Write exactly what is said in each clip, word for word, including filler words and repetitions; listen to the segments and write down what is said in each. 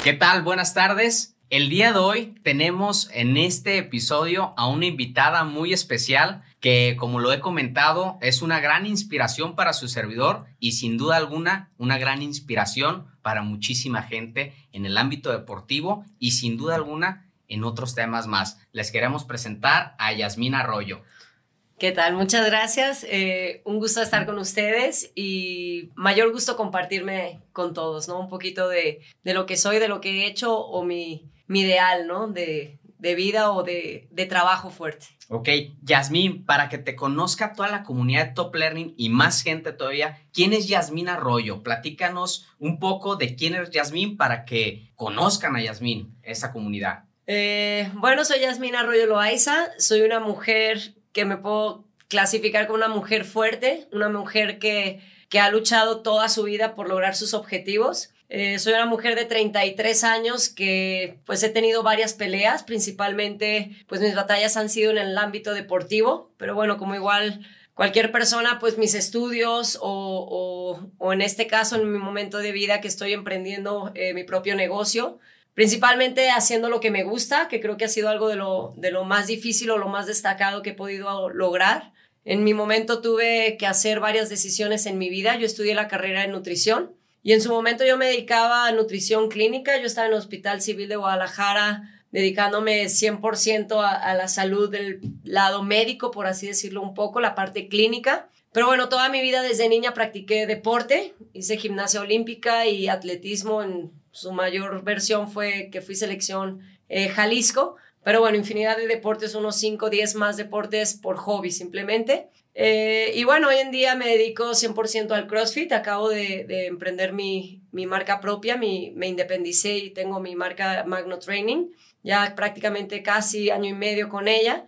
¿Qué tal? Buenas tardes. El día de hoy tenemos en este episodio a una invitada muy especial que, como lo he comentado, es una gran inspiración para su servidor y sin duda alguna una gran inspiración para muchísima gente en el ámbito deportivo y sin duda alguna en otros temas más. Les queremos presentar a Yasmín Arroyo. ¿Qué tal? Muchas gracias. Eh, un gusto estar con ustedes y mayor gusto compartirme con todos, ¿no? Un poquito de, de lo que soy, de lo que he hecho o mi, mi ideal, ¿no? De, de vida o de, de trabajo fuerte. Ok, Yasmín, para que te conozca toda la comunidad de Top Learning y más gente todavía, ¿quién es Yasmín Arroyo? Platícanos un poco de quién es Yasmín para que conozcan a Yasmín, esa comunidad. Eh, bueno, soy Yasmín Arroyo Loaiza, soy una mujer que me puedo clasificar como una mujer fuerte, una mujer que, que ha luchado toda su vida por lograr sus objetivos. Eh, soy una mujer de treinta y tres años que pues he tenido varias peleas, principalmente pues mis batallas han sido en el ámbito deportivo, pero bueno, como igual cualquier persona, pues mis estudios o, o, o en este caso en mi momento de vida que estoy emprendiendo eh, mi propio negocio, principalmente haciendo lo que me gusta, que creo que ha sido algo de lo, de lo más difícil o lo más destacado que he podido lograr. En mi momento tuve que hacer varias decisiones en mi vida. Yo estudié la carrera de nutrición y en su momento yo me dedicaba a nutrición clínica. Yo estaba en el Hospital Civil de Guadalajara dedicándome cien por ciento a, a la salud del lado médico, por así decirlo un poco, la parte clínica. Pero bueno, toda mi vida desde niña practiqué deporte, hice gimnasia olímpica y atletismo. En su mayor versión fue que fui selección eh, Jalisco, pero bueno, infinidad de deportes, unos cinco o diez más deportes por hobby simplemente. Eh, y bueno, hoy en día me dedico cien por ciento al CrossFit, acabo de, de emprender mi, mi marca propia, mi, me independicé y tengo mi marca Magno Training, ya prácticamente casi año y medio con ella.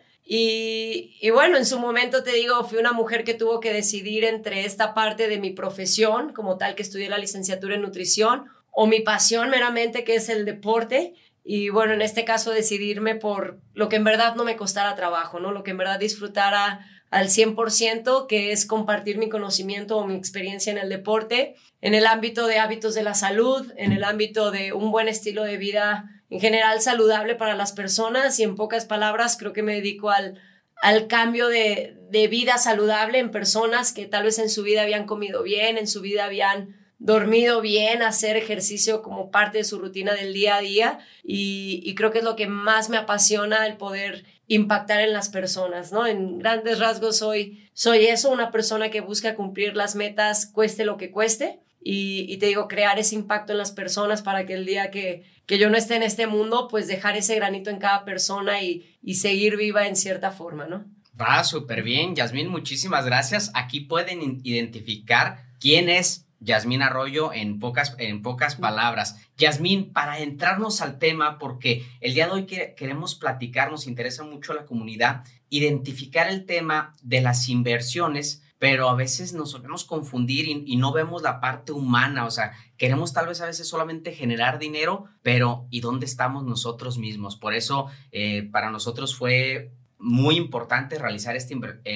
Y, y bueno, en su momento te digo, fui una mujer que tuvo que decidir entre esta parte de mi profesión, como tal que estudié la licenciatura en nutrición, o mi pasión meramente, que es el deporte. Y bueno, en este caso decidirme por lo que en verdad no me costara trabajo, ¿no? Lo que en verdad disfrutara al cien por ciento, que es compartir mi conocimiento o mi experiencia en el deporte, en el ámbito de hábitos de la salud, en el ámbito de un buen estilo de vida en general saludable para las personas y en pocas palabras creo que me dedico al, al cambio de, de vida saludable en personas que tal vez en su vida habían comido bien, en su vida habían dormido bien, hacer ejercicio como parte de su rutina del día a día y, y creo que es lo que más me apasiona, el poder impactar en las personas, ¿no? En grandes rasgos soy, soy eso, una persona que busca cumplir las metas cueste lo que cueste. Y, y te digo, crear ese impacto en las personas para que el día que, que yo no esté en este mundo, pues dejar ese granito en cada persona y, y seguir viva en cierta forma, ¿no? Va súper bien, Yasmín, muchísimas gracias. Aquí pueden identificar quién es Yasmín Arroyo en pocas, en pocas palabras. Yasmín, para entrarnos al tema, porque el día de hoy que, queremos platicar, nos interesa mucho a la comunidad, identificar el tema de las inversiones, pero a veces nos solemos confundir y, y no vemos la parte humana, o sea, queremos tal vez a veces solamente generar dinero, pero ¿y dónde estamos nosotros mismos? Por eso eh, para nosotros fue muy importante realizar este,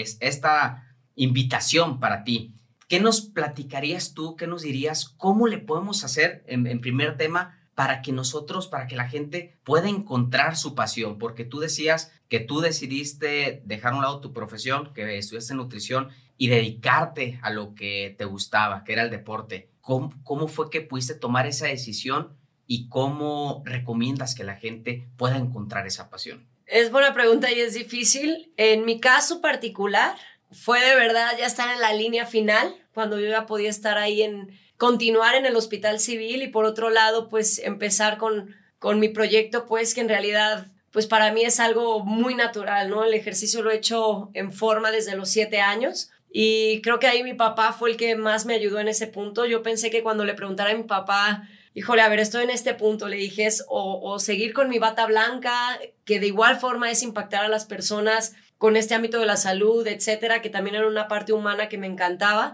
esta invitación para ti. ¿Qué nos platicarías tú? ¿Qué nos dirías? ¿Cómo le podemos hacer en, en primer tema para que nosotros, para que la gente pueda encontrar su pasión? Porque tú decías que tú decidiste dejar a un lado tu profesión, que estudiaste nutrición y dedicarte a lo que te gustaba, que era el deporte. ¿Cómo, cómo fue que pudiste tomar esa decisión y cómo recomiendas que la gente pueda encontrar esa pasión? Es buena pregunta y es difícil. En mi caso particular, fue de verdad ya estar en la línea final, cuando yo ya podía estar ahí en continuar en el Hospital Civil y por otro lado, pues empezar con, con mi proyecto, pues que en realidad, pues para mí es algo muy natural, ¿no? El ejercicio lo he hecho en forma desde los siete años y creo que ahí mi papá fue el que más me ayudó en ese punto. Yo pensé que cuando le preguntara a mi papá, híjole, a ver, estoy en este punto, le dije, es o, o seguir con mi bata blanca, que de igual forma es impactar a las personas con este ámbito de la salud, etcétera, que también era una parte humana que me encantaba,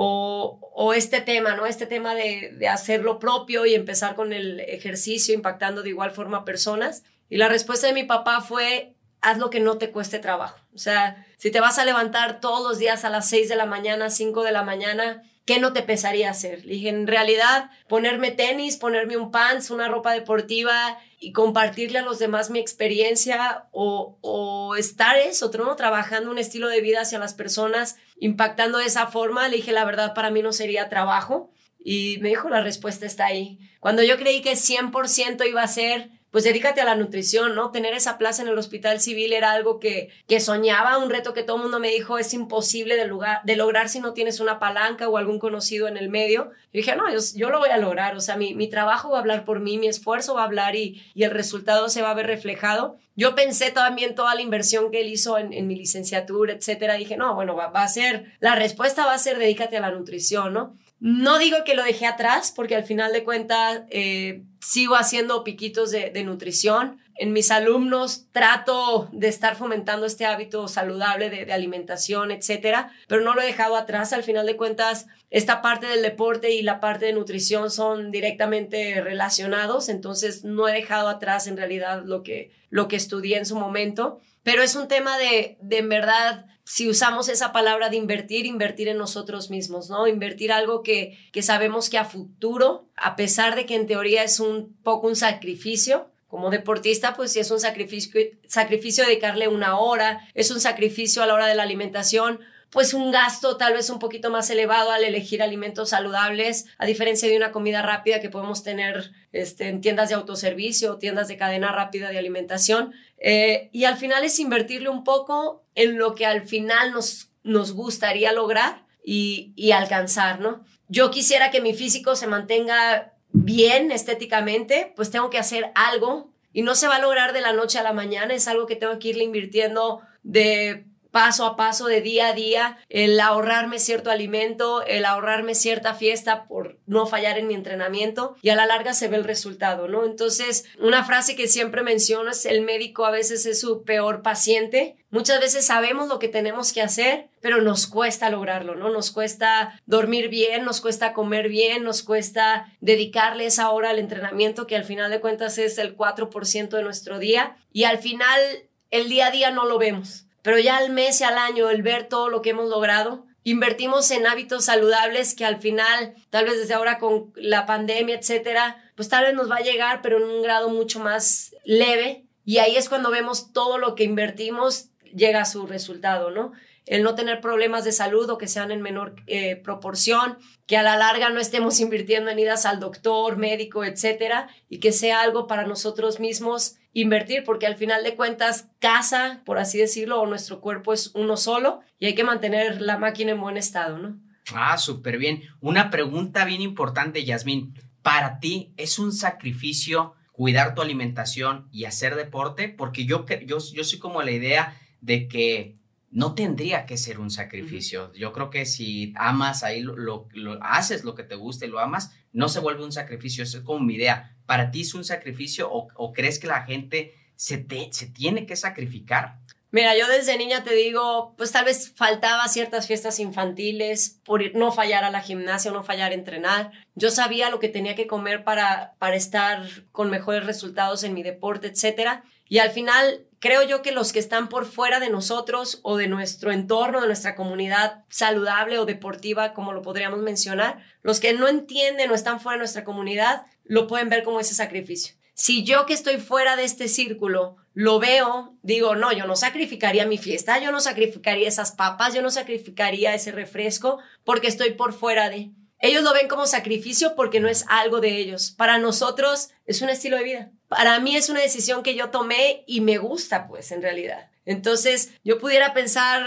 o, o este tema, ¿no? Este tema de, de hacer lo propio y empezar con el ejercicio, impactando de igual forma a personas. Y la respuesta de mi papá fue, haz lo que no te cueste trabajo. O sea, si te vas a levantar todos los días a las seis de la mañana, cinco de la mañana, ¿qué no te pesaría hacer? Le dije, en realidad, ponerme tenis, ponerme un pants, una ropa deportiva y compartirle a los demás mi experiencia o, o estar eso, ¿no? Trabajando un estilo de vida hacia las personas, impactando de esa forma. Le dije, la verdad, para mí no sería trabajo. Y me dijo, la respuesta está ahí. Cuando yo creí que cien por ciento iba a ser, pues dedícate a la nutrición, ¿no? Tener esa plaza en el hospital civil era algo que, que soñaba, un reto que todo el mundo me dijo es imposible de, lugar, de lograr si no tienes una palanca o algún conocido en el medio. Yo dije, no, yo, yo lo voy a lograr, o sea, mi, mi trabajo va a hablar por mí, mi esfuerzo va a hablar y, y el resultado se va a ver reflejado. Yo pensé también toda la inversión que él hizo en, en mi licenciatura, etcétera. Dije, no, bueno, va, va a ser, la respuesta va a ser dedícate a la nutrición, ¿no? No digo que lo dejé atrás, porque al final de cuentas eh, sigo haciendo piquitos de, de nutrición. En mis alumnos trato de estar fomentando este hábito saludable de, de alimentación, etcétera, pero no lo he dejado atrás. Al final de cuentas, esta parte del deporte y la parte de nutrición son directamente relacionados, entonces no he dejado atrás en realidad lo que, lo que estudié en su momento, pero es un tema de, de en verdad, si usamos esa palabra de invertir, invertir en nosotros mismos, ¿no? Invertir algo que, que sabemos que a futuro, a pesar de que en teoría es un poco un sacrificio, como deportista, pues sí es un sacrificio, sacrificio dedicarle una hora, es un sacrificio a la hora de la alimentación, pues un gasto tal vez un poquito más elevado al elegir alimentos saludables, a diferencia de una comida rápida que podemos tener este, en tiendas de autoservicio o tiendas de cadena rápida de alimentación. Eh, y al final es invertirle un poco en lo que al final nos, nos gustaría lograr y, y alcanzar, ¿no? Yo quisiera que mi físico se mantenga bien estéticamente, pues tengo que hacer algo y no se va a lograr de la noche a la mañana, es algo que tengo que irle invirtiendo de paso a paso, de día a día, el ahorrarme cierto alimento, el ahorrarme cierta fiesta por no fallar en mi entrenamiento y a la larga se ve el resultado, ¿no? Entonces, una frase que siempre menciono es el médico a veces es su peor paciente. Muchas veces sabemos lo que tenemos que hacer, pero nos cuesta lograrlo, ¿no? Nos cuesta dormir bien, nos cuesta comer bien, nos cuesta dedicarle esa hora al entrenamiento que al final de cuentas es el cuatro por ciento de nuestro día y al final el día a día no lo vemos. Pero ya al mes y al año, el ver todo lo que hemos logrado, invertimos en hábitos saludables que al final, tal vez desde ahora con la pandemia, etcétera, pues tal vez nos va a llegar, pero en un grado mucho más leve. Y ahí es cuando vemos todo lo que invertimos llega a su resultado, ¿no? El no tener problemas de salud o que sean en menor eh, proporción, que a la larga no estemos invirtiendo en idas al doctor, médico, etcétera, y que sea algo para nosotros mismos invertir, porque al final de cuentas casa, por así decirlo, o nuestro cuerpo es uno solo y hay que mantener la máquina en buen estado, ¿no? Ah, súper bien. Una pregunta bien importante, Yasmín. ¿Para ti es un sacrificio cuidar tu alimentación y hacer deporte? Porque yo, yo, yo soy como la idea de que no tendría que ser un sacrificio. Yo creo que si amas ahí, lo, lo, lo haces lo que te gusta y lo amas, no se vuelve un sacrificio. Eso es como mi idea. ¿Para ti es un sacrificio o, o crees que la gente se, te, se tiene que sacrificar? Mira, yo desde niña te digo, pues tal vez faltaba ciertas fiestas infantiles por no fallar a la gimnasia o no fallar a entrenar. Yo sabía lo que tenía que comer para, para estar con mejores resultados en mi deporte, etcétera. Y al final creo yo que los que están por fuera de nosotros o de nuestro entorno, de nuestra comunidad saludable o deportiva, como lo podríamos mencionar, los que no entienden o están fuera de nuestra comunidad, lo pueden ver como ese sacrificio. Si yo que estoy fuera de este círculo lo veo, digo, no, yo no sacrificaría mi fiesta, yo no sacrificaría esas papas, yo no sacrificaría ese refresco porque estoy por fuera de... Ellos lo ven como sacrificio porque no es algo de ellos. Para nosotros es un estilo de vida. Para mí es una decisión que yo tomé y me gusta, pues, en realidad. Entonces, yo pudiera pensar,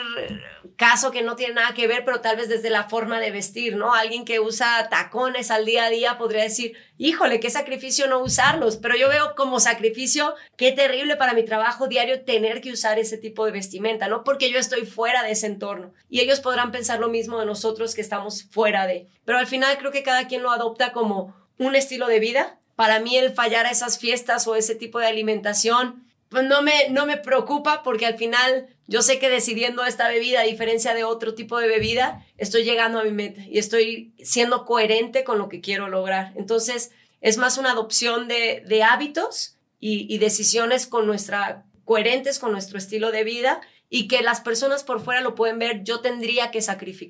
caso que no tiene nada que ver, pero tal vez desde la forma de vestir, ¿no? Alguien que usa tacones al día a día podría decir, híjole, qué sacrificio no usarlos, pero yo veo como sacrificio, qué terrible para mi trabajo diario tener que usar ese tipo de vestimenta, ¿no? Porque yo estoy fuera de ese entorno y ellos podrán pensar lo mismo de nosotros que estamos fuera de. Pero al final creo que cada quien lo adopta como un estilo de vida. Para mí el fallar a esas fiestas o ese tipo de alimentación pues no me, no me preocupa porque al final yo sé que decidiendo esta bebida a diferencia de otro tipo de bebida estoy llegando a mi meta y estoy siendo coherente con lo que quiero lograr. Entonces es más una adopción de, de hábitos y, y decisiones con nuestra, coherentes con nuestro estilo de vida y que las personas por fuera lo pueden ver, yo tendría que sacrificar.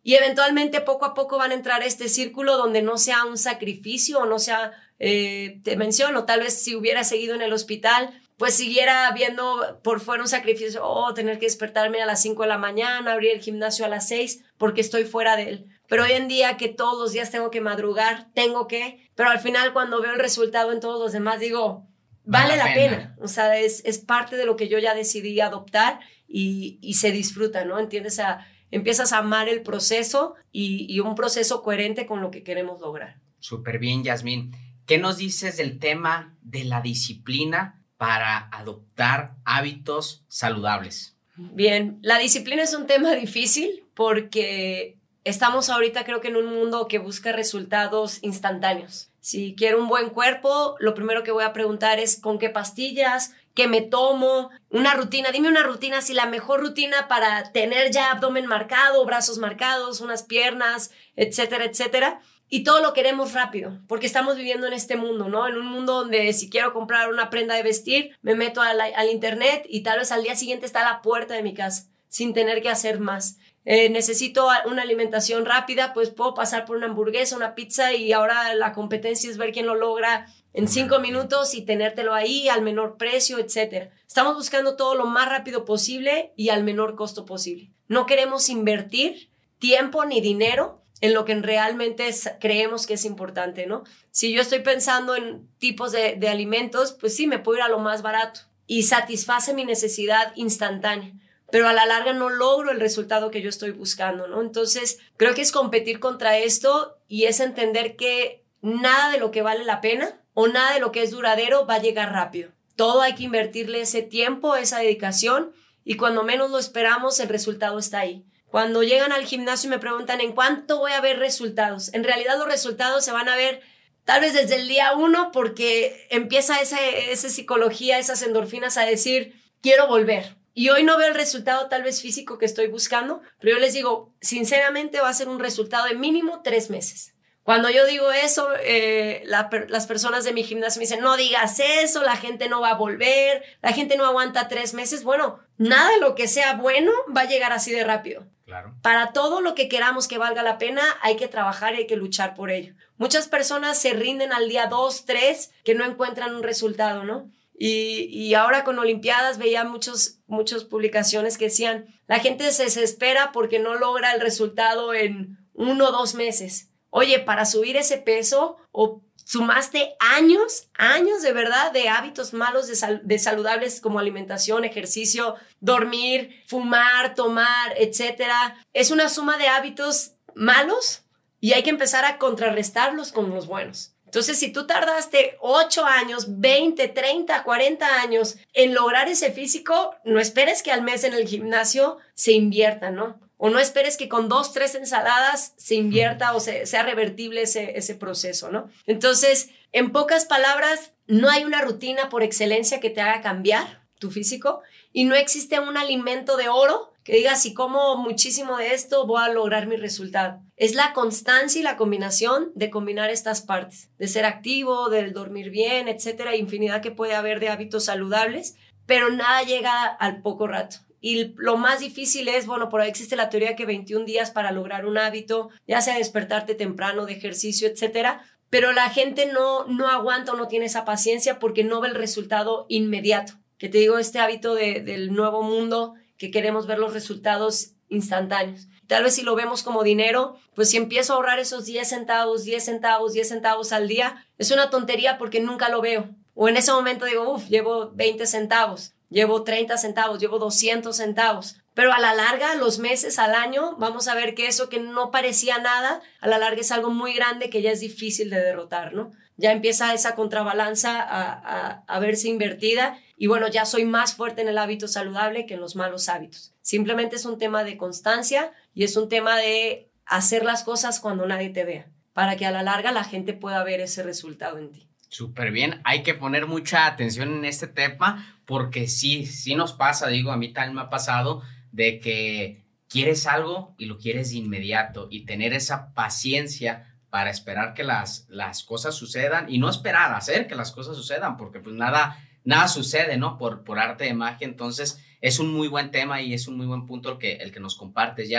y eventualmente poco a poco van a entrar a este círculo donde no sea un sacrificio o no sea, eh, te menciono, tal vez si hubiera seguido en el hospital, pues siguiera viendo por fuera un sacrificio, oh, tener que despertarme a las cinco de la mañana, abrir el gimnasio a las seis porque estoy fuera de él. Pero hoy en día que todos los días tengo que madrugar, tengo que, pero al final cuando veo el resultado en todos los demás digo, vale, vale la pena. pena. O sea, es, es parte de lo que yo ya decidí adoptar y, y se disfruta, ¿no? ¿Entiendes? O sea, empiezas a amar el proceso y, y un proceso coherente con lo que queremos lograr. Súper bien, Yasmín. ¿Qué nos dices del tema de la disciplina para adoptar hábitos saludables? Bien, la disciplina es un tema difícil porque estamos ahorita creo que en un mundo que busca resultados instantáneos. Si quiero un buen cuerpo, lo primero que voy a preguntar es ¿con qué pastillas? ¿Qué me tomo? Una rutina, dime una rutina, si la mejor rutina para tener ya abdomen marcado, brazos marcados, unas piernas, etcétera, etcétera. Y todo lo queremos rápido, porque estamos viviendo en este mundo, ¿no? En un mundo donde si quiero comprar una prenda de vestir, me meto al, al internet y tal vez al día siguiente está a la puerta de mi casa, sin tener que hacer más. Eh, necesito una alimentación rápida, pues puedo pasar por una hamburguesa, una pizza y ahora la competencia es ver quién lo logra en cinco minutos y tenértelo ahí al menor precio, etcétera. Estamos buscando todo lo más rápido posible y al menor costo posible. No queremos invertir tiempo ni dinero en lo que realmente es, creemos que es importante, ¿no? Si yo estoy pensando en tipos de, de alimentos, pues sí, me puedo ir a lo más barato y satisface mi necesidad instantánea, pero a la larga no logro el resultado que yo estoy buscando, ¿no? Entonces, creo que es competir contra esto y es entender que nada de lo que vale la pena o nada de lo que es duradero va a llegar rápido. Todo hay que invertirle ese tiempo, esa dedicación y cuando menos lo esperamos, el resultado está ahí. Cuando llegan al gimnasio y me preguntan ¿en cuánto voy a ver resultados? En realidad los resultados se van a ver tal vez desde el día uno porque empieza esa, esa psicología, esas endorfinas a decir quiero volver. Y hoy no veo el resultado tal vez físico que estoy buscando, pero yo les digo, sinceramente va a ser un resultado de mínimo tres meses. Cuando yo digo eso, eh, la, las personas de mi gimnasio me dicen, no digas eso, la gente no va a volver, la gente no aguanta tres meses. Bueno, nada de lo que sea bueno va a llegar así de rápido. Claro. Para todo lo que queramos que valga la pena, hay que trabajar y hay que luchar por ello. Muchas personas se rinden al día dos, tres, que no encuentran un resultado, ¿no? Y, y ahora con Olimpiadas veía muchos, muchas publicaciones que decían, la gente se desespera porque no logra el resultado en uno o dos meses. Oye, para subir ese peso o sumaste años, años de verdad de hábitos malos de, sal, de saludables como alimentación, ejercicio, dormir, fumar, tomar, etcétera. Es una suma de hábitos malos y hay que empezar a contrarrestarlos con los buenos. Entonces, si tú tardaste ocho años, veinte, treinta, cuarenta años en lograr ese físico, no esperes que al mes en el gimnasio se invierta, ¿no? O no esperes que con dos, tres ensaladas se invierta o se, sea revertible ese, ese proceso, ¿no? Entonces, en pocas palabras, no hay una rutina por excelencia que te haga cambiar tu físico y no existe un alimento de oro que diga, si como muchísimo de esto, voy a lograr mi resultado. Es la constancia y la combinación de combinar estas partes, de ser activo, del dormir bien, etcétera, infinidad que puede haber de hábitos saludables, pero nada llega al poco rato. Y lo más difícil es, bueno, por ahí existe la teoría que veintiún días para lograr un hábito, ya sea despertarte temprano, de ejercicio, etcétera, pero la gente no, no aguanta o no tiene esa paciencia porque no ve el resultado inmediato. Que te digo, este hábito de, del nuevo mundo, que queremos ver los resultados instantáneos. Tal vez si lo vemos como dinero, pues si empiezo a ahorrar esos diez centavos, diez centavos, diez centavos al día, es una tontería porque nunca lo veo. O en ese momento digo, uff, llevo veinte centavos. Llevo treinta centavos, llevo doscientos centavos, pero a la larga, los meses, al año, vamos a ver que eso que no parecía nada, a la larga es algo muy grande que ya es difícil de derrotar, ¿no? Ya empieza esa contrabalanza a, a, a verse invertida y bueno, ya soy más fuerte en el hábito saludable que en los malos hábitos. Simplemente es un tema de constancia y es un tema de hacer las cosas cuando nadie te vea, para que a la larga la gente pueda ver ese resultado en ti. Súper bien, hay que poner mucha atención en este tema porque sí, sí nos pasa, digo, a mí también me ha pasado de que quieres algo y lo quieres de inmediato y tener esa paciencia para esperar que las, las cosas sucedan y no esperar a hacer que las cosas sucedan porque pues nada, nada sucede, ¿no? Por, por arte de magia, entonces es un muy buen tema y es un muy buen punto el que, el que nos compartes, Jazz.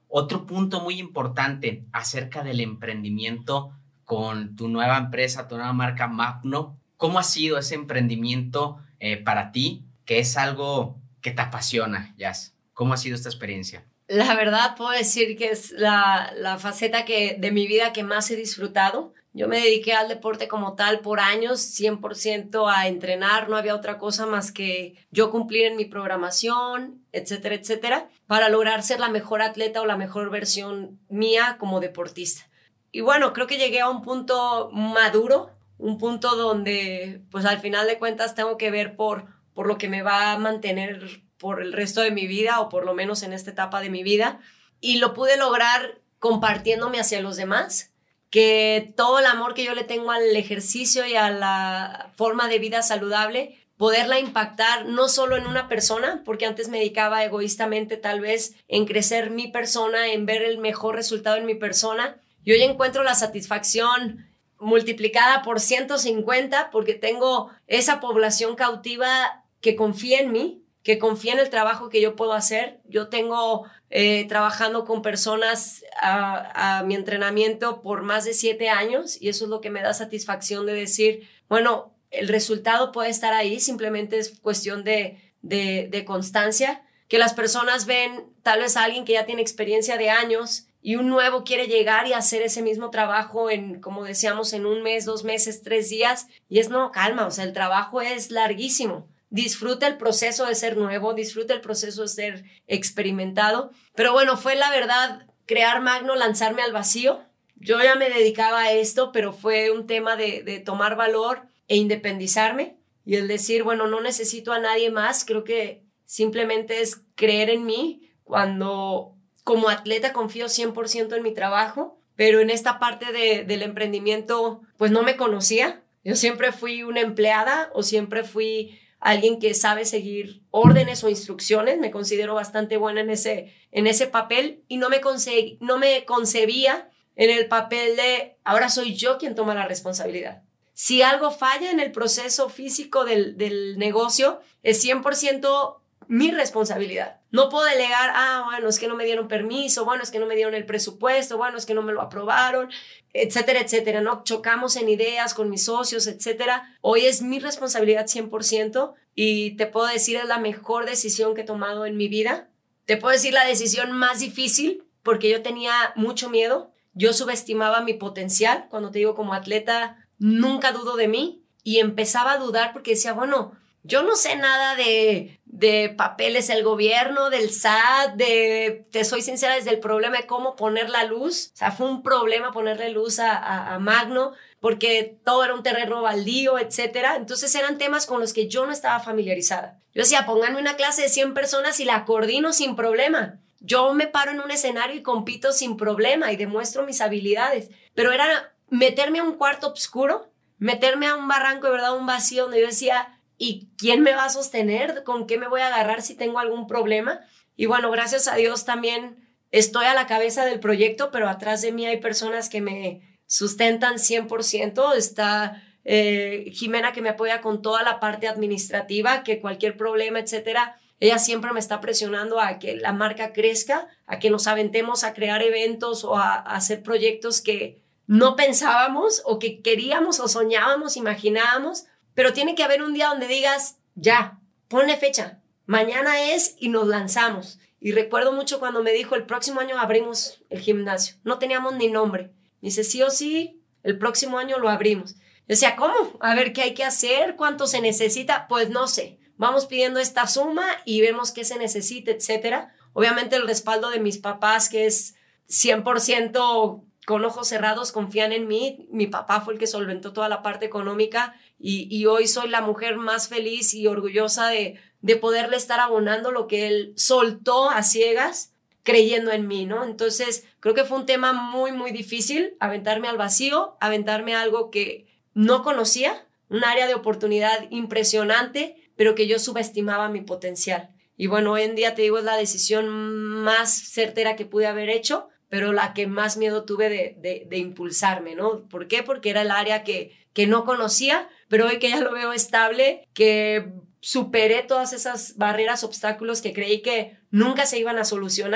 Otro punto muy importante acerca del emprendimiento con tu nueva empresa, tu nueva marca Magno. ¿Cómo ha sido ese emprendimiento eh, para ti, que es algo que te apasiona, Jazz? ¿Cómo ha sido esta experiencia? La verdad puedo decir que es la, la faceta que, de mi vida que más he disfrutado. Yo me dediqué al deporte como tal por años, cien por ciento a entrenar, no había otra cosa más que yo cumplir en mi programación, etcétera, etcétera, para lograr ser la mejor atleta o la mejor versión mía como deportista. Y bueno, creo que llegué a un punto maduro, un punto donde pues al final de cuentas tengo que ver por, por lo que me va a mantener por el resto de mi vida o por lo menos en esta etapa de mi vida, y lo pude lograr compartiéndome hacia los demás, que todo el amor que yo le tengo al ejercicio y a la forma de vida saludable, poderla impactar no solo en una persona, porque antes me dedicaba egoístamente tal vez en crecer mi persona, en ver el mejor resultado en mi persona, y hoy encuentro la satisfacción multiplicada por ciento cincuenta porque tengo esa población cautiva que confía en mí, que confía en el trabajo que yo puedo hacer. Yo tengo eh, trabajando con personas a, a mi entrenamiento por más de siete años y eso es lo que me da satisfacción de decir, bueno, el resultado puede estar ahí, simplemente es cuestión de, de, de constancia, que las personas ven tal vez a alguien que ya tiene experiencia de años y un nuevo quiere llegar y hacer ese mismo trabajo en, como decíamos, en un mes, dos meses, tres días, y es no, calma, o sea, el trabajo es larguísimo. Disfruta el proceso de ser nuevo, disfruta el proceso de ser experimentado. Pero bueno, fue la verdad crear Magno, lanzarme al vacío. Yo ya me dedicaba a esto, pero fue un tema de, de tomar valor e independizarme y el decir, bueno, no necesito a nadie más. Creo que simplemente es creer en mí. Cuando como atleta confío cien por ciento en mi trabajo, pero en esta parte de, del emprendimiento pues no me conocía. Yo siempre fui una empleada o siempre fui alguien que sabe seguir órdenes o instrucciones. Me considero bastante buena en ese, en ese papel y no me, conce- no me concebía en el papel de ahora soy yo quien toma la responsabilidad. Si algo falla en el proceso físico del, del negocio, es cien por ciento mi responsabilidad. No puedo delegar, ah, bueno, es que no me dieron permiso, bueno, es que no me dieron el presupuesto, bueno, es que no me lo aprobaron, etcétera, etcétera, ¿no? Chocamos en ideas con mis socios, etcétera. Hoy es mi responsabilidad cien por ciento y te puedo decir es la mejor decisión que he tomado en mi vida. Te puedo decir la decisión más difícil porque yo tenía mucho miedo. Yo subestimaba mi potencial. Cuando te digo como atleta, nunca dudo de mí y empezaba a dudar porque decía, bueno, yo no sé nada de, de papeles del gobierno, del S A T, de, te soy sincera, desde el problema de cómo poner la luz. O sea, fue un problema ponerle luz a, a, a Magno porque todo era un terreno baldío, etcétera. Entonces eran temas con los que yo no estaba familiarizada. Yo decía, pónganme una clase de cien personas y la coordino sin problema. Yo me paro en un escenario y compito sin problema y demuestro mis habilidades. Pero era meterme a un cuarto oscuro, meterme a un barranco, de verdad, un vacío donde yo decía, ¿y quién me va a sostener? ¿Con qué me voy a agarrar si tengo algún problema? Y bueno, gracias a Dios también estoy a la cabeza del proyecto, pero atrás de mí hay personas que me sustentan cien por ciento. Está eh, Jimena, que me apoya con toda la parte administrativa, que cualquier problema, etcétera, ella siempre me está presionando a que la marca crezca, a que nos aventemos a crear eventos o a, a hacer proyectos que no pensábamos o que queríamos o soñábamos, imaginábamos. Pero tiene que haber un día donde digas, ya, ponle fecha, mañana es y nos lanzamos. Y recuerdo mucho cuando me dijo, el próximo año abrimos el gimnasio. No teníamos ni nombre. Me dice, sí o sí, el próximo año lo abrimos. Yo decía, ¿cómo? A ver, ¿qué hay que hacer? ¿Cuánto se necesita? Pues no sé. Vamos pidiendo esta suma y vemos qué se necesita, etcétera. Obviamente el respaldo de mis papás, que es cien por ciento con ojos cerrados, confían en mí. Mi papá fue el que solventó toda la parte económica y, y hoy soy la mujer más feliz y orgullosa de, de poderle estar abonando lo que él soltó a ciegas creyendo en mí, ¿no? Entonces creo que fue un tema muy, muy difícil, aventarme al vacío, aventarme a algo que no conocía, un área de oportunidad impresionante, pero que yo subestimaba mi potencial. Y bueno, hoy en día te digo, es la decisión más certera que pude haber hecho, pero la que más miedo tuve de, de, de impulsarme, ¿no? ¿Por qué? Porque era el área que, que no conocía, pero hoy que ya lo veo estable, que superé todas esas barreras, obstáculos que creí que nunca se iban a solucionar,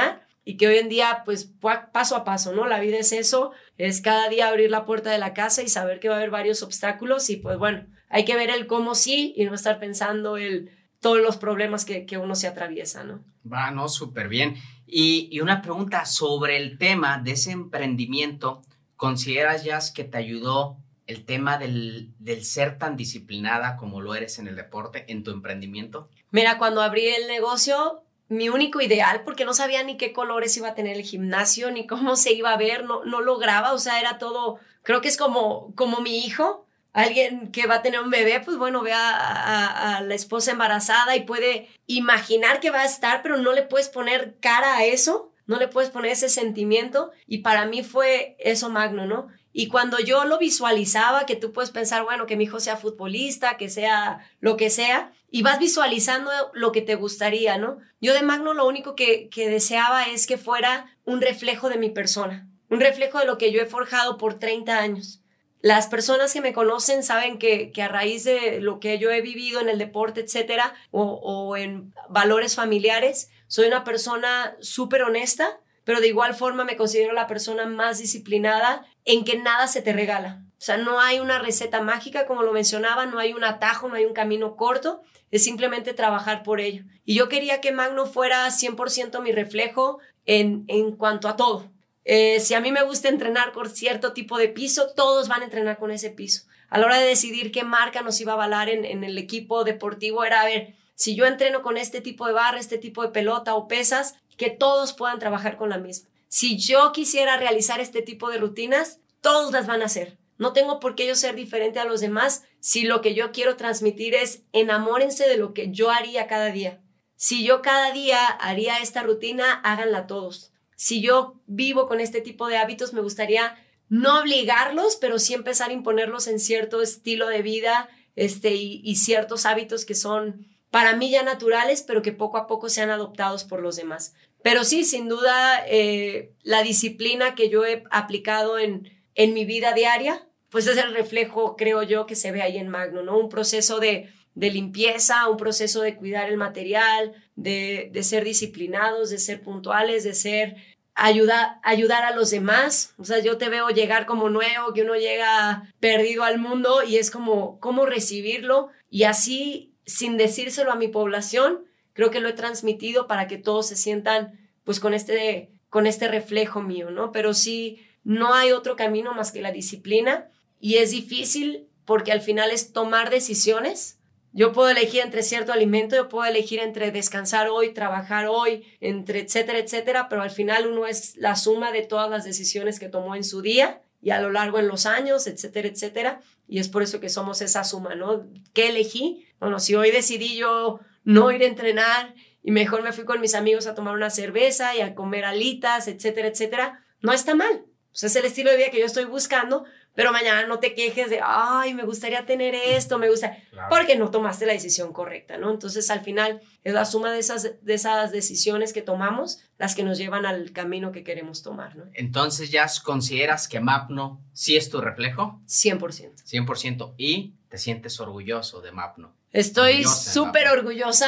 y que hoy en día, pues paso a paso, ¿no? La vida es eso, es cada día abrir la puerta de la casa y saber que va a haber varios obstáculos y pues bueno, hay que ver el cómo sí y no estar pensando el todos los problemas que, que uno se atraviesa, ¿no? Va, no, súper bien. Y, y una pregunta sobre el tema de ese emprendimiento, ¿consideras, Jazz, que te ayudó el tema del, del ser tan disciplinada como lo eres en el deporte, en tu emprendimiento? Mira, cuando abrí el negocio, mi único ideal, porque no sabía ni qué colores iba a tener el gimnasio, ni cómo se iba a ver, no, no lograba, o sea, era todo, creo que es como, como mi hijo, alguien que va a tener un bebé, pues bueno, ve a, a, a la esposa embarazada y puede imaginar que va a estar, pero no le puedes poner cara a eso, no le puedes poner ese sentimiento, y para mí fue eso magno, ¿no? Y cuando yo lo visualizaba, que tú puedes pensar, bueno, que mi hijo sea futbolista, que sea lo que sea, y vas visualizando lo que te gustaría, ¿no? Yo de Magno lo único que, que deseaba es que fuera un reflejo de mi persona, un reflejo de lo que yo he forjado por treinta años. Las personas que me conocen saben que, que a raíz de lo que yo he vivido en el deporte, etcétera, o, o en valores familiares, soy una persona súper honesta, pero de igual forma me considero la persona más disciplinada en que nada se te regala. O sea, no hay una receta mágica, como lo mencionaba, no hay un atajo, no hay un camino corto, es simplemente trabajar por ello. Y yo quería que Magno fuera cien por ciento mi reflejo en, en cuanto a todo. Eh, si a mí me gusta entrenar con cierto tipo de piso, todos van a entrenar con ese piso. A la hora de decidir qué marca nos iba a avalar en, en el equipo deportivo era, a ver, si yo entreno con este tipo de barra, este tipo de pelota o pesas, que todos puedan trabajar con la misma. Si yo quisiera realizar este tipo de rutinas, todos las van a hacer. No tengo por qué yo ser diferente a los demás si lo que yo quiero transmitir es enamórense de lo que yo haría cada día. Si yo cada día haría esta rutina, háganla todos. Si yo vivo con este tipo de hábitos, me gustaría no obligarlos, pero sí empezar a imponerlos en cierto estilo de vida este, y, y ciertos hábitos que son para mí ya naturales, pero que poco a poco sean adoptados por los demás. Pero sí, sin duda, eh, la disciplina que yo he aplicado en, en mi vida diaria, pues es el reflejo, creo yo, que se ve ahí en Magno, ¿no? Un proceso de, de limpieza, un proceso de cuidar el material, de, de ser disciplinados, de ser puntuales, de ser ayuda, ayudar a los demás. O sea, yo te veo llegar como nuevo, que uno llega perdido al mundo y es como cómo recibirlo y así, sin decírselo a mi población, creo que lo he transmitido para que todos se sientan pues con este, con este reflejo mío, ¿no? Pero sí, no hay otro camino más que la disciplina y es difícil porque al final es tomar decisiones. Yo puedo elegir entre cierto alimento, yo puedo elegir entre descansar hoy, trabajar hoy, entre etcétera, etcétera, pero al final uno es la suma de todas las decisiones que tomó en su día y a lo largo en los años, etcétera, etcétera, y es por eso que somos esa suma, ¿no? ¿Qué elegí? Bueno, si hoy decidí yo no ir a entrenar y mejor me fui con mis amigos a tomar una cerveza y a comer alitas, etcétera, etcétera, no está mal. O sea, es el estilo de vida que yo estoy buscando, pero mañana no te quejes de, ay, me gustaría tener esto, me gusta, claro, porque no tomaste la decisión correcta, ¿no? Entonces, al final, es la suma de esas, de esas decisiones que tomamos las que nos llevan al camino que queremos tomar, ¿no? Entonces, ¿ya consideras que Mapno sí es tu reflejo? cien por ciento. cien por ciento. ¿Y te sientes orgulloso de Mapno? Estoy súper orgullosa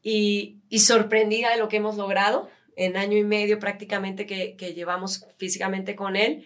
y, y sorprendida de lo que hemos logrado en año y medio prácticamente que, que llevamos físicamente con él.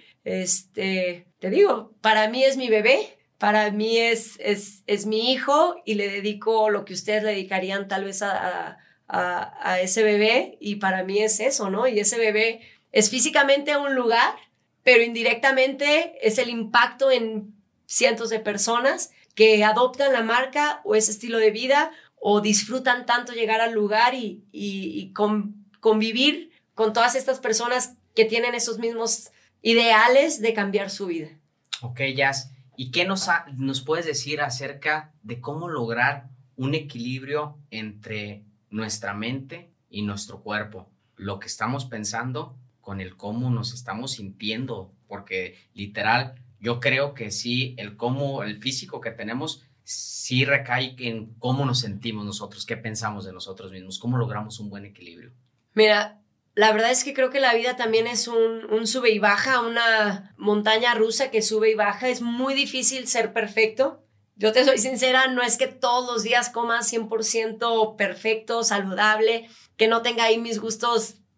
Este, te digo, para mí es mi bebé, para mí es, es, es mi hijo y le dedico lo que ustedes le dedicarían tal vez a, a, a ese bebé y para mí es eso, ¿no? Y ese bebé es físicamente un lugar, pero indirectamente es el impacto en cientos de personas que adoptan la marca o ese estilo de vida o disfrutan tanto llegar al lugar y, y, y con, convivir con todas estas personas que tienen esos mismos ideales de cambiar su vida. Ok, Jazz. ¿Y qué nos, ha, nos puedes decir acerca de cómo lograr un equilibrio entre nuestra mente y nuestro cuerpo? Lo que estamos pensando con el cómo nos estamos sintiendo, porque literal, yo creo que sí, el cómo, el físico que tenemos, sí recae en cómo nos sentimos nosotros, qué pensamos de nosotros mismos, cómo logramos un buen equilibrio. Mira, la verdad es que creo que la vida también es un, un sube y baja, una montaña rusa que sube y baja. Es muy difícil ser perfecto. Yo te soy sincera, no es que todos los días coma cien por ciento perfecto, saludable, que no tenga ahí mis gustos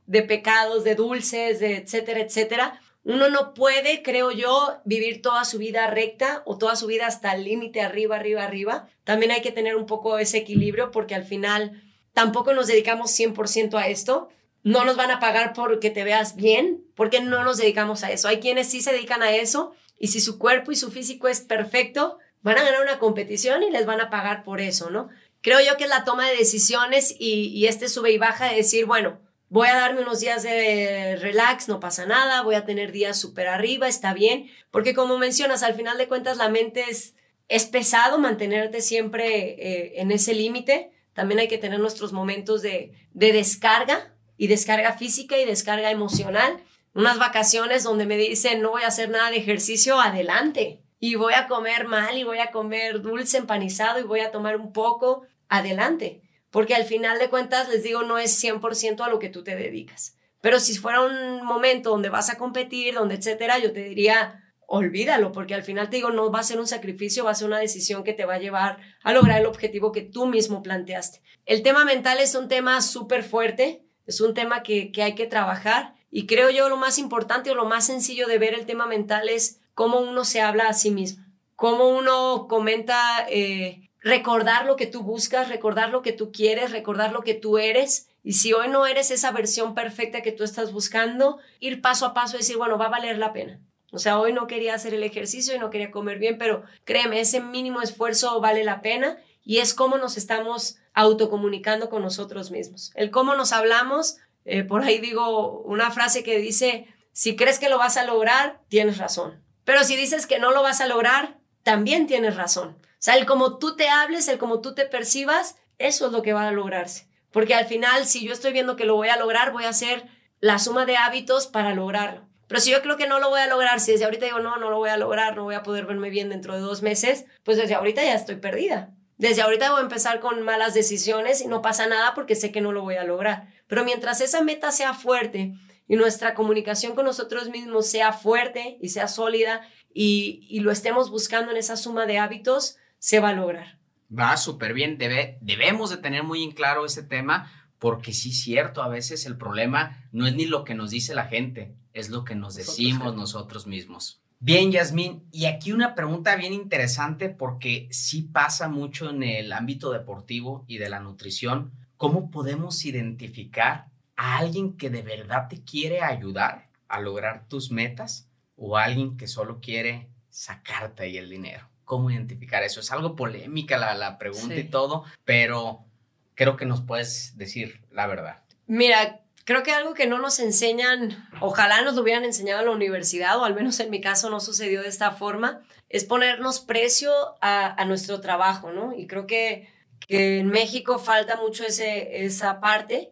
de pecados, de dulces, de etcétera, etcétera. Uno no puede, creo yo, vivir toda su vida recta o toda su vida hasta el límite, arriba, arriba, arriba. También hay que tener un poco ese equilibrio porque al final tampoco nos dedicamos cien por ciento a esto. No nos van a pagar porque te veas bien, porque no nos dedicamos a eso. Hay quienes sí se dedican a eso y si su cuerpo y su físico es perfecto, van a ganar una competición y les van a pagar por eso, ¿no? Creo yo que es la toma de decisiones y, y este sube y baja de decir, bueno, voy a darme unos días de relax, no pasa nada, voy a tener días súper arriba, está bien, porque como mencionas, al final de cuentas la mente es, es pesado mantenerte siempre eh, en ese límite. También hay que tener nuestros momentos de, de descarga y descarga física y descarga emocional. Unas vacaciones donde me dicen no voy a hacer nada de ejercicio, adelante. Y voy a comer mal y voy a comer dulce empanizado y voy a tomar un poco, adelante. Porque al final de cuentas, les digo, no es cien por ciento a lo que tú te dedicas. Pero si fuera un momento donde vas a competir, donde etcétera, yo te diría, olvídalo, porque al final te digo, no va a ser un sacrificio, va a ser una decisión que te va a llevar a lograr el objetivo que tú mismo planteaste. El tema mental es un tema súper fuerte, es un tema que, que hay que trabajar y creo yo lo más importante o lo más sencillo de ver el tema mental es cómo uno se habla a sí mismo, cómo uno comenta... Eh, recordar lo que tú buscas, recordar lo que tú quieres, recordar lo que tú eres. Y si hoy no eres esa versión perfecta que tú estás buscando, ir paso a paso y decir, bueno, va a valer la pena. O sea, hoy no quería hacer el ejercicio y no quería comer bien, pero créeme, ese mínimo esfuerzo vale la pena y es cómo nos estamos autocomunicando con nosotros mismos. El cómo nos hablamos, eh, por ahí digo una frase que dice, si crees que lo vas a lograr, tienes razón. Pero si dices que no lo vas a lograr, también tienes razón. O sea, el como tú te hables, el como tú te percibas, eso es lo que va a lograrse. Porque al final, si yo estoy viendo que lo voy a lograr, voy a hacer la suma de hábitos para lograrlo. Pero si yo creo que no lo voy a lograr, si desde ahorita digo, no, no lo voy a lograr, no voy a poder verme bien dentro de dos meses, pues desde ahorita ya estoy perdida. Desde ahorita voy a empezar con malas decisiones y no pasa nada porque sé que no lo voy a lograr. Pero mientras esa meta sea fuerte y nuestra comunicación con nosotros mismos sea fuerte y sea sólida y, y lo estemos buscando en esa suma de hábitos, se va a lograr. Va súper bien. Debe, debemos de tener muy en claro ese tema porque sí es cierto, a veces el problema no es ni lo que nos dice la gente, es lo que nos decimos nosotros, nosotros mismos. Bien, Yasmín, y aquí una pregunta bien interesante porque sí pasa mucho en el ámbito deportivo y de la nutrición. ¿Cómo podemos identificar a alguien que de verdad te quiere ayudar a lograr tus metas o a alguien que solo quiere sacarte ahí el dinero? ¿Cómo identificar eso? Es algo polémica la, la pregunta sí. y todo, pero creo que nos puedes decir la verdad. Mira, creo que algo que no nos enseñan, ojalá nos lo hubieran enseñado en la universidad, o al menos en mi caso no sucedió de esta forma, es ponernos precio a, a nuestro trabajo, ¿no? Y creo que, que en México falta mucho ese, esa parte,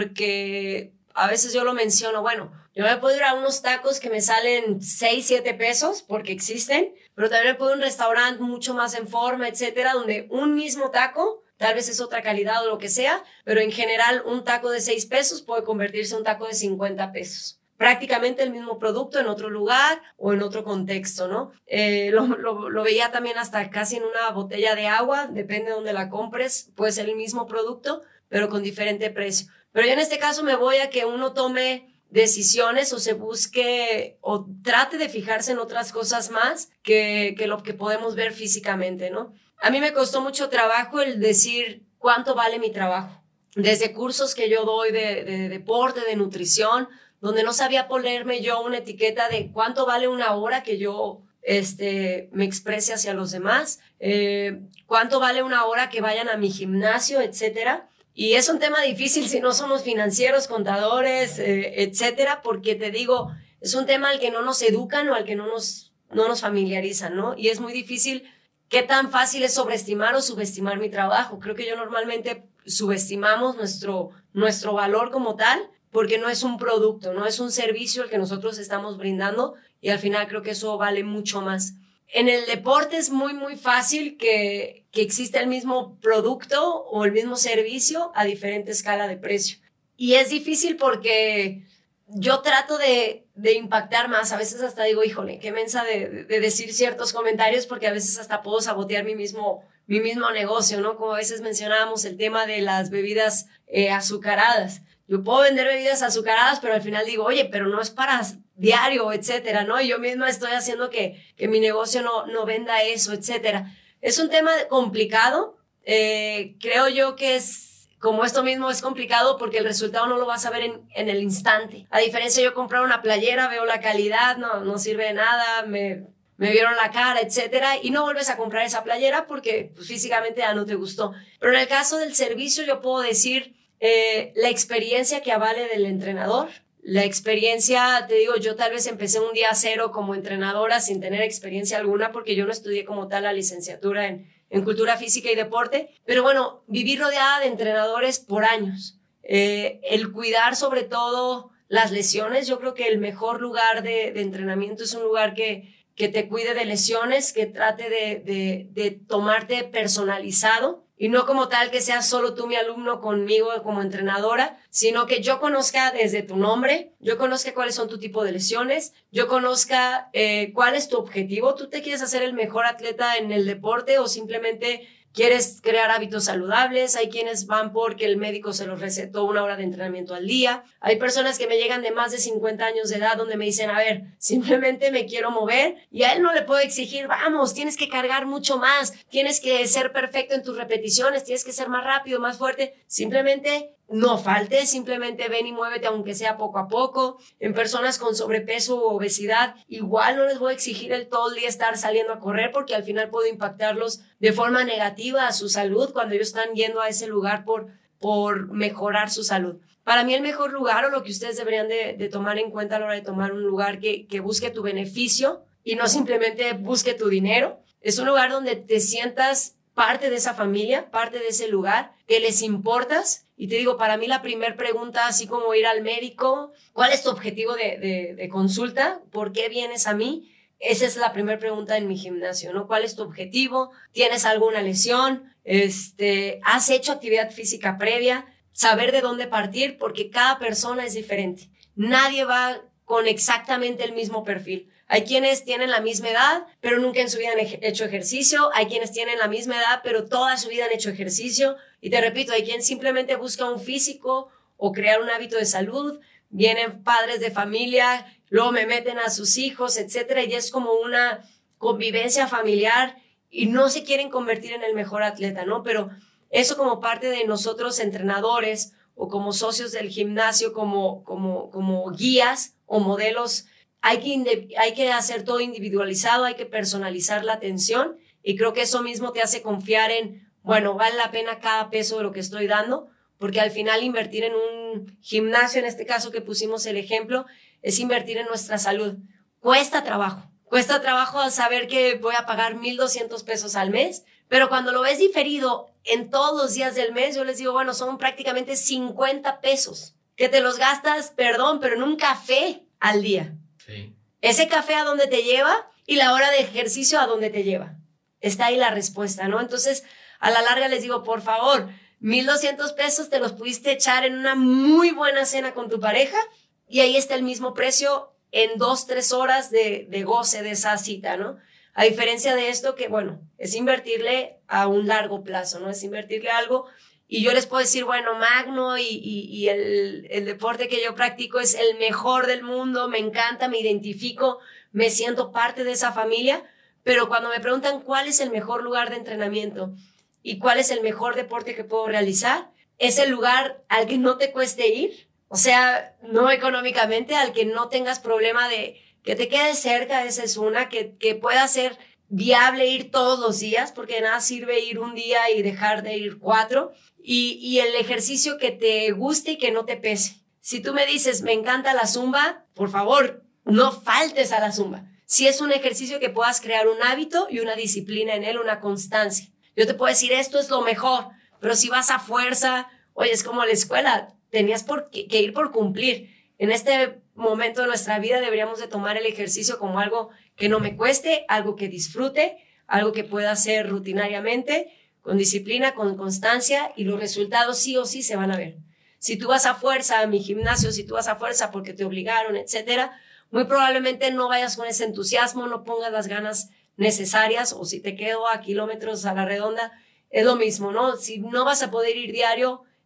porque a veces yo lo menciono, bueno, yo me puedo ir a unos tacos que me salen seis, siete pesos, porque existen, pero también me puedo ir a un restaurante mucho más en forma, etcétera, donde un mismo taco, tal vez es otra calidad o lo que sea, pero en general un taco de seis pesos puede convertirse en un taco de cincuenta pesos. Prácticamente el mismo producto en otro lugar o en otro contexto, ¿no? Eh, lo, lo, lo veía también hasta casi en una botella de agua, depende de dónde la compres, puede ser el mismo producto, pero con diferente precio. Pero yo en este caso me voy a que uno tome decisiones o se busque o trate de fijarse en otras cosas más que, que lo que podemos ver físicamente, ¿no? A mí me costó mucho trabajo el decir cuánto vale mi trabajo. Desde cursos que yo doy de, de, de deporte, de nutrición, donde no sabía ponerme yo una etiqueta de cuánto vale una hora que yo este, me exprese hacia los demás, eh, cuánto vale una hora que vayan a mi gimnasio, etcétera. Y es un tema difícil si no somos financieros, contadores, eh, etcétera, porque te digo, es un tema al que no nos educan o al que no nos, no nos familiarizan, ¿no? Y es muy difícil. ¿Qué tan fácil es sobreestimar o subestimar mi trabajo? Creo que yo normalmente subestimamos nuestro, nuestro valor como tal porque no es un producto, no es un servicio el que nosotros estamos brindando y al final creo que eso vale mucho más. En el deporte es muy, muy fácil que, que exista el mismo producto o el mismo servicio a diferente escala de precio. Y es difícil porque yo trato de, de impactar más. A veces hasta digo, híjole, qué mensa de, de decir ciertos comentarios porque a veces hasta puedo sabotear mi mismo, mi mismo negocio, ¿no? Como a veces mencionábamos el tema de las bebidas eh, azucaradas. Yo puedo vender bebidas azucaradas, pero al final digo, oye, pero no es para diario, etcétera, ¿no? Y yo misma estoy haciendo que, que mi negocio no, no venda eso, etcétera. Es un tema complicado. Eh, creo yo que es, como esto mismo es complicado porque el resultado no lo vas a ver en, en el instante. A diferencia de yo comprar una playera, veo la calidad, no, no sirve de nada, me, me vieron la cara, etcétera, y no vuelves a comprar esa playera porque pues, físicamente ya no te gustó. Pero en el caso del servicio yo puedo decir eh, la experiencia que avale del entrenador. La experiencia, te digo, yo tal vez empecé un día cero como entrenadora sin tener experiencia alguna porque yo no estudié como tal la licenciatura en, en cultura física y deporte, pero bueno, viví rodeada de entrenadores por años. Eh, el cuidar sobre todo las lesiones, yo creo que el mejor lugar de, de entrenamiento es un lugar que, que te cuide de lesiones, que trate de, de, de tomarte personalizado. Y no como tal que seas solo tú mi alumno conmigo como entrenadora, sino que yo conozca desde tu nombre, yo conozca cuáles son tu tipo de lesiones, yo conozca eh, cuál es tu objetivo. ¿Tú te quieres hacer el mejor atleta en el deporte o simplemente quieres crear hábitos saludables? Hay quienes van porque el médico se los recetó una hora de entrenamiento al día. Hay personas que me llegan de más de cincuenta años de edad donde me dicen, a ver, simplemente me quiero mover, y a él no le puedo exigir, vamos, tienes que cargar mucho más, tienes que ser perfecto en tus repeticiones, tienes que ser más rápido, más fuerte. Simplemente no faltes, simplemente ven y muévete aunque sea poco a poco. En personas con sobrepeso u obesidad, igual no les voy a exigir el todo el día estar saliendo a correr porque al final puedo impactarlos de forma negativa a su salud cuando ellos están yendo a ese lugar por, por mejorar su salud. Para mí el mejor lugar, o lo que ustedes deberían de, de tomar en cuenta a la hora de tomar un lugar que, que busque tu beneficio y no simplemente busque tu dinero, es un lugar donde te sientas parte de esa familia, parte de ese lugar, que les importas. Y te digo, para mí la primera pregunta, así como ir al médico, ¿cuál es tu objetivo de, de, de consulta? ¿Por qué vienes a mí? Esa es la primera pregunta en mi gimnasio, ¿no? ¿Cuál es tu objetivo? ¿Tienes alguna lesión? Este, ¿has hecho actividad física previa? Saber de dónde partir, porque cada persona es diferente. Nadie va con exactamente el mismo perfil. Hay quienes tienen la misma edad, pero nunca en su vida han hecho ejercicio. Hay quienes tienen la misma edad, pero toda su vida han hecho ejercicio. Y te repito, hay quien simplemente busca un físico o crear un hábito de salud. Vienen padres de familia, luego me meten a sus hijos, etcétera. Y es como una convivencia familiar y no se quieren convertir en el mejor atleta, ¿no? Pero eso como parte de nosotros entrenadores o como socios del gimnasio, como, como, como guías o modelos, hay que, hay que hacer todo individualizado, hay que personalizar la atención, y creo que eso mismo te hace confiar en, bueno, vale la pena cada peso de lo que estoy dando, porque al final invertir en un gimnasio, en este caso que pusimos el ejemplo, es invertir en nuestra salud. Cuesta trabajo, cuesta trabajo saber que voy a pagar mil doscientos pesos al mes, pero cuando lo ves diferido en todos los días del mes, yo les digo, bueno, son prácticamente cincuenta pesos que te los gastas, perdón, pero en un café al día. Sí. Ese café a dónde te lleva y la hora de ejercicio a dónde te lleva. Está ahí la respuesta, ¿no? Entonces, a la larga les digo, por favor, mil doscientos pesos te los pudiste echar en una muy buena cena con tu pareja y ahí está el mismo precio en dos, tres horas de, de goce de esa cita, ¿no? A diferencia de esto que, bueno, es invertirle a un largo plazo, ¿no? Es invertirle algo. Y yo les puedo decir, bueno, Magno y, y, y el, el deporte que yo practico es el mejor del mundo, me encanta, me identifico, me siento parte de esa familia, pero cuando me preguntan cuál es el mejor lugar de entrenamiento y cuál es el mejor deporte que puedo realizar, es el lugar al que no te cueste ir, o sea, no económicamente, al que no tengas problema de que te quedes cerca, esa es una, que, que pueda ser viable ir todos los días, porque de nada sirve ir un día y dejar de ir cuatro. Y, y el ejercicio que te guste y que no te pese. Si tú me dices, me encanta la zumba, por favor, no faltes a la zumba. Si es un ejercicio que puedas crear un hábito y una disciplina en él, una constancia. Yo te puedo decir, esto es lo mejor, pero si vas a fuerza, oye, es como la escuela, tenías por que, que ir por cumplir. En este momento de nuestra vida deberíamos de tomar el ejercicio como algo que no me cueste, algo que disfrute, algo que pueda hacer rutinariamente, con disciplina, con constancia, y los resultados sí o sí se van a ver. Si tú vas a fuerza a mi gimnasio, si tú vas a fuerza porque te obligaron, etcétera, muy probablemente no vayas con ese entusiasmo, no pongas las ganas necesarias, o si te quedo a kilómetros a la redonda, es lo mismo, ¿no? Si no vas a poder ir diario,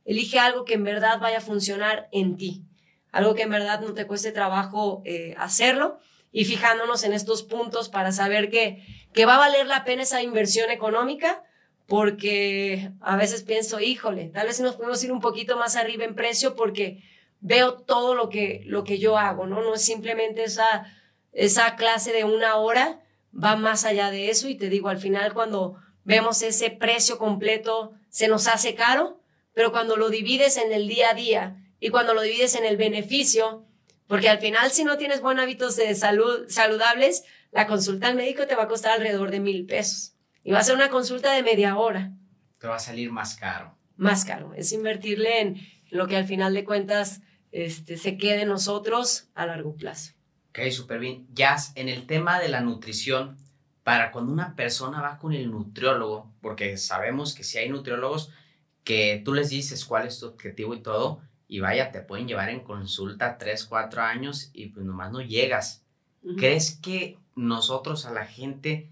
elige algo que en verdad vaya a funcionar en ti, algo que en verdad no te cueste trabajo eh, hacerlo, y fijándonos en estos puntos para saber que, que va a valer la pena esa inversión económica, porque a veces pienso, híjole, tal vez nos podemos ir un poquito más arriba en precio porque veo todo lo que, lo que yo hago, ¿no? No es simplemente esa, esa clase de una hora, va más allá de eso, y te digo, al final cuando vemos ese precio completo se nos hace caro, pero cuando lo divides en el día a día y cuando lo divides en el beneficio, porque al final si no tienes buenos hábitos de salud saludables, la consulta al médico te va a costar alrededor de mil pesos y va a ser una consulta de media hora. Te va a salir más caro. Más caro, es invertirle en lo que al final de cuentas este, se quede en nosotros a largo plazo. Ok, súper bien. Jazz, en el tema de la nutrición, para cuando una persona va con el nutriólogo, porque sabemos que si hay nutriólogos que tú les dices cuál es tu objetivo y todo, y vaya, te pueden llevar en consulta tres, cuatro años y pues nomás no llegas. Uh-huh. ¿Crees que nosotros, a la gente,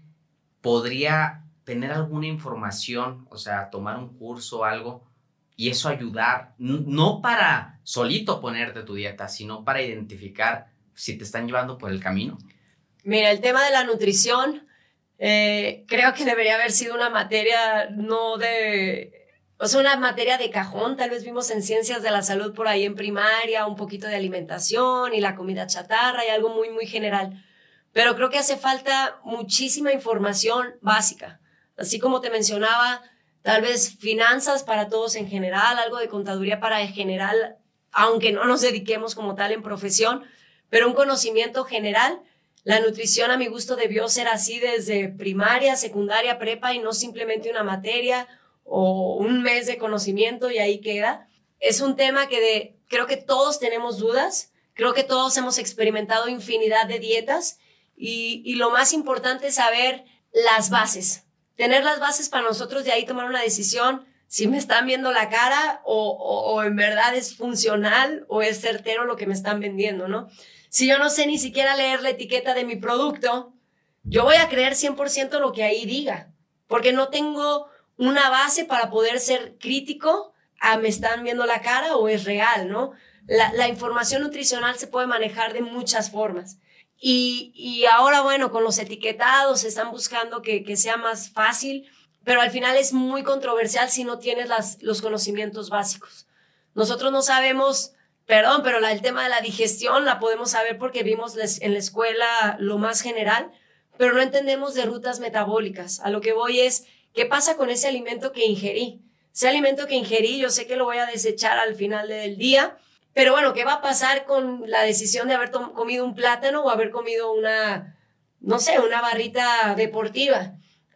podría tener alguna información, o sea, tomar un curso o algo, y eso ayudar, no para solito ponerte tu dieta, sino para identificar si te están llevando por el camino? Mira, el tema de la nutrición, eh, creo que debería haber sido una materia no de... O sea, una materia de cajón. Tal vez vimos en ciencias de la salud por ahí en primaria un poquito de alimentación y la comida chatarra y algo muy, muy general. Pero creo que hace falta muchísima información básica. Así como te mencionaba, tal vez finanzas para todos en general, algo de contaduría para en general, aunque no nos dediquemos como tal en profesión, pero un conocimiento general. La nutrición, a mi gusto, debió ser así desde primaria, secundaria, prepa, y no simplemente una materia o un mes de conocimiento y ahí queda. Es un tema que de, creo que todos tenemos dudas, creo que todos hemos experimentado infinidad de dietas y, y lo más importante es saber las bases, tener las bases para nosotros de ahí tomar una decisión si me están viendo la cara o, o, o en verdad es funcional o es certero lo que me están vendiendo, ¿no? Si yo no sé ni siquiera leer la etiqueta de mi producto, yo voy a creer cien por ciento lo que ahí diga, porque no tengo una base para poder ser crítico a me están viendo la cara o es real, ¿no? La, la información nutricional se puede manejar de muchas formas. Y, y ahora, bueno, con los etiquetados se están buscando que, que sea más fácil, pero al final es muy controversial si no tienes las, los conocimientos básicos. Nosotros no sabemos, perdón, pero la, el tema de la digestión la podemos saber porque vimos les, en la escuela lo más general, pero no entendemos de rutas metabólicas. A lo que voy es, ¿qué pasa con ese alimento que ingerí? Ese alimento que ingerí, yo sé que lo voy a desechar al final del día, pero bueno, ¿qué va a pasar con la decisión de haber comido un plátano o haber comido una, no sé, una barrita deportiva?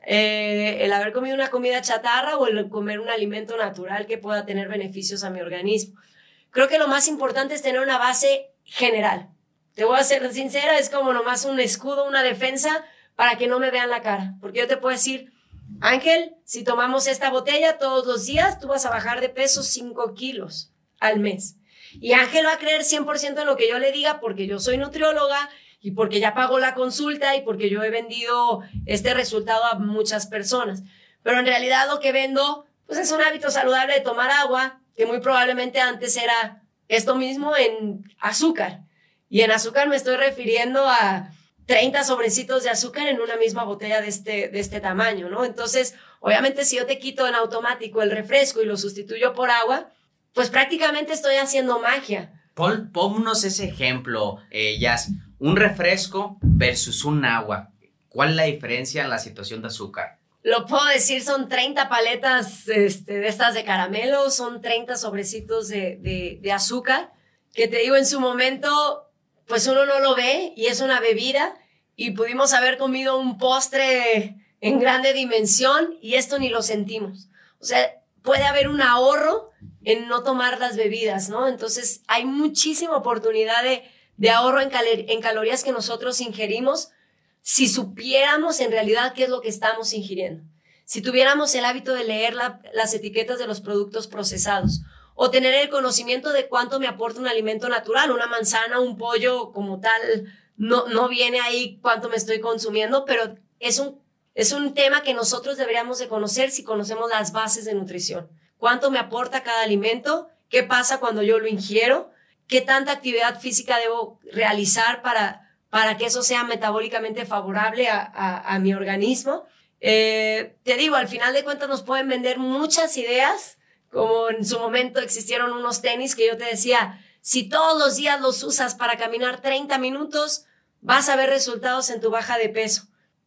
Eh, el haber comido una comida chatarra o el comer un alimento natural que pueda tener beneficios a mi organismo. Creo que lo más importante es tener una base general. Te voy a ser sincera, es como nomás un escudo, una defensa para que no me vean la cara, porque yo te puedo decir, Ángel, si tomamos esta botella todos los días, tú vas a bajar de peso cinco kilos al mes. Y Ángel va a creer cien por ciento en lo que yo le diga porque yo soy nutrióloga y porque ya pagó la consulta y porque yo he vendido este resultado a muchas personas. Pero en realidad lo que vendo pues es un hábito saludable de tomar agua, que muy probablemente antes era esto mismo en azúcar. Y en azúcar me estoy refiriendo a treinta sobrecitos de azúcar en una misma botella de este, de este tamaño, ¿no? Entonces, obviamente, si yo te quito en automático el refresco y lo sustituyo por agua, pues prácticamente estoy haciendo magia. Pon, ponnos ese ejemplo, eh, Jazz. Un refresco versus un agua. ¿Cuál es la diferencia en la situación de azúcar? Lo puedo decir, son treinta paletas este, de estas de caramelo, son treinta sobrecitos de, de, de azúcar, que te digo, en su momento, pues uno no lo ve y es una bebida y pudimos haber comido un postre en grande dimensión y esto ni lo sentimos. O sea, puede haber un ahorro en no tomar las bebidas, ¿no? Entonces, hay muchísima oportunidad de, de ahorro en, cal en calorías que nosotros ingerimos si supiéramos en realidad qué es lo que estamos ingiriendo. Si tuviéramos el hábito de leer la, las etiquetas de los productos procesados o tener el conocimiento de cuánto me aporta un alimento natural, una manzana, un pollo como tal, no, no viene ahí cuánto me estoy consumiendo, pero es un, es un tema que nosotros deberíamos de conocer si conocemos las bases de nutrición. cuánto me aporta cada alimento, qué pasa cuando yo lo ingiero, qué tanta actividad física debo realizar para, para que eso sea metabólicamente favorable a, a, a mi organismo. Eh, te digo, al final de cuentas nos pueden vender muchas ideas, como en su momento existieron unos tenis que yo te decía, si todos los días los usas para caminar treinta minutos, vas a ver resultados en tu baja de peso.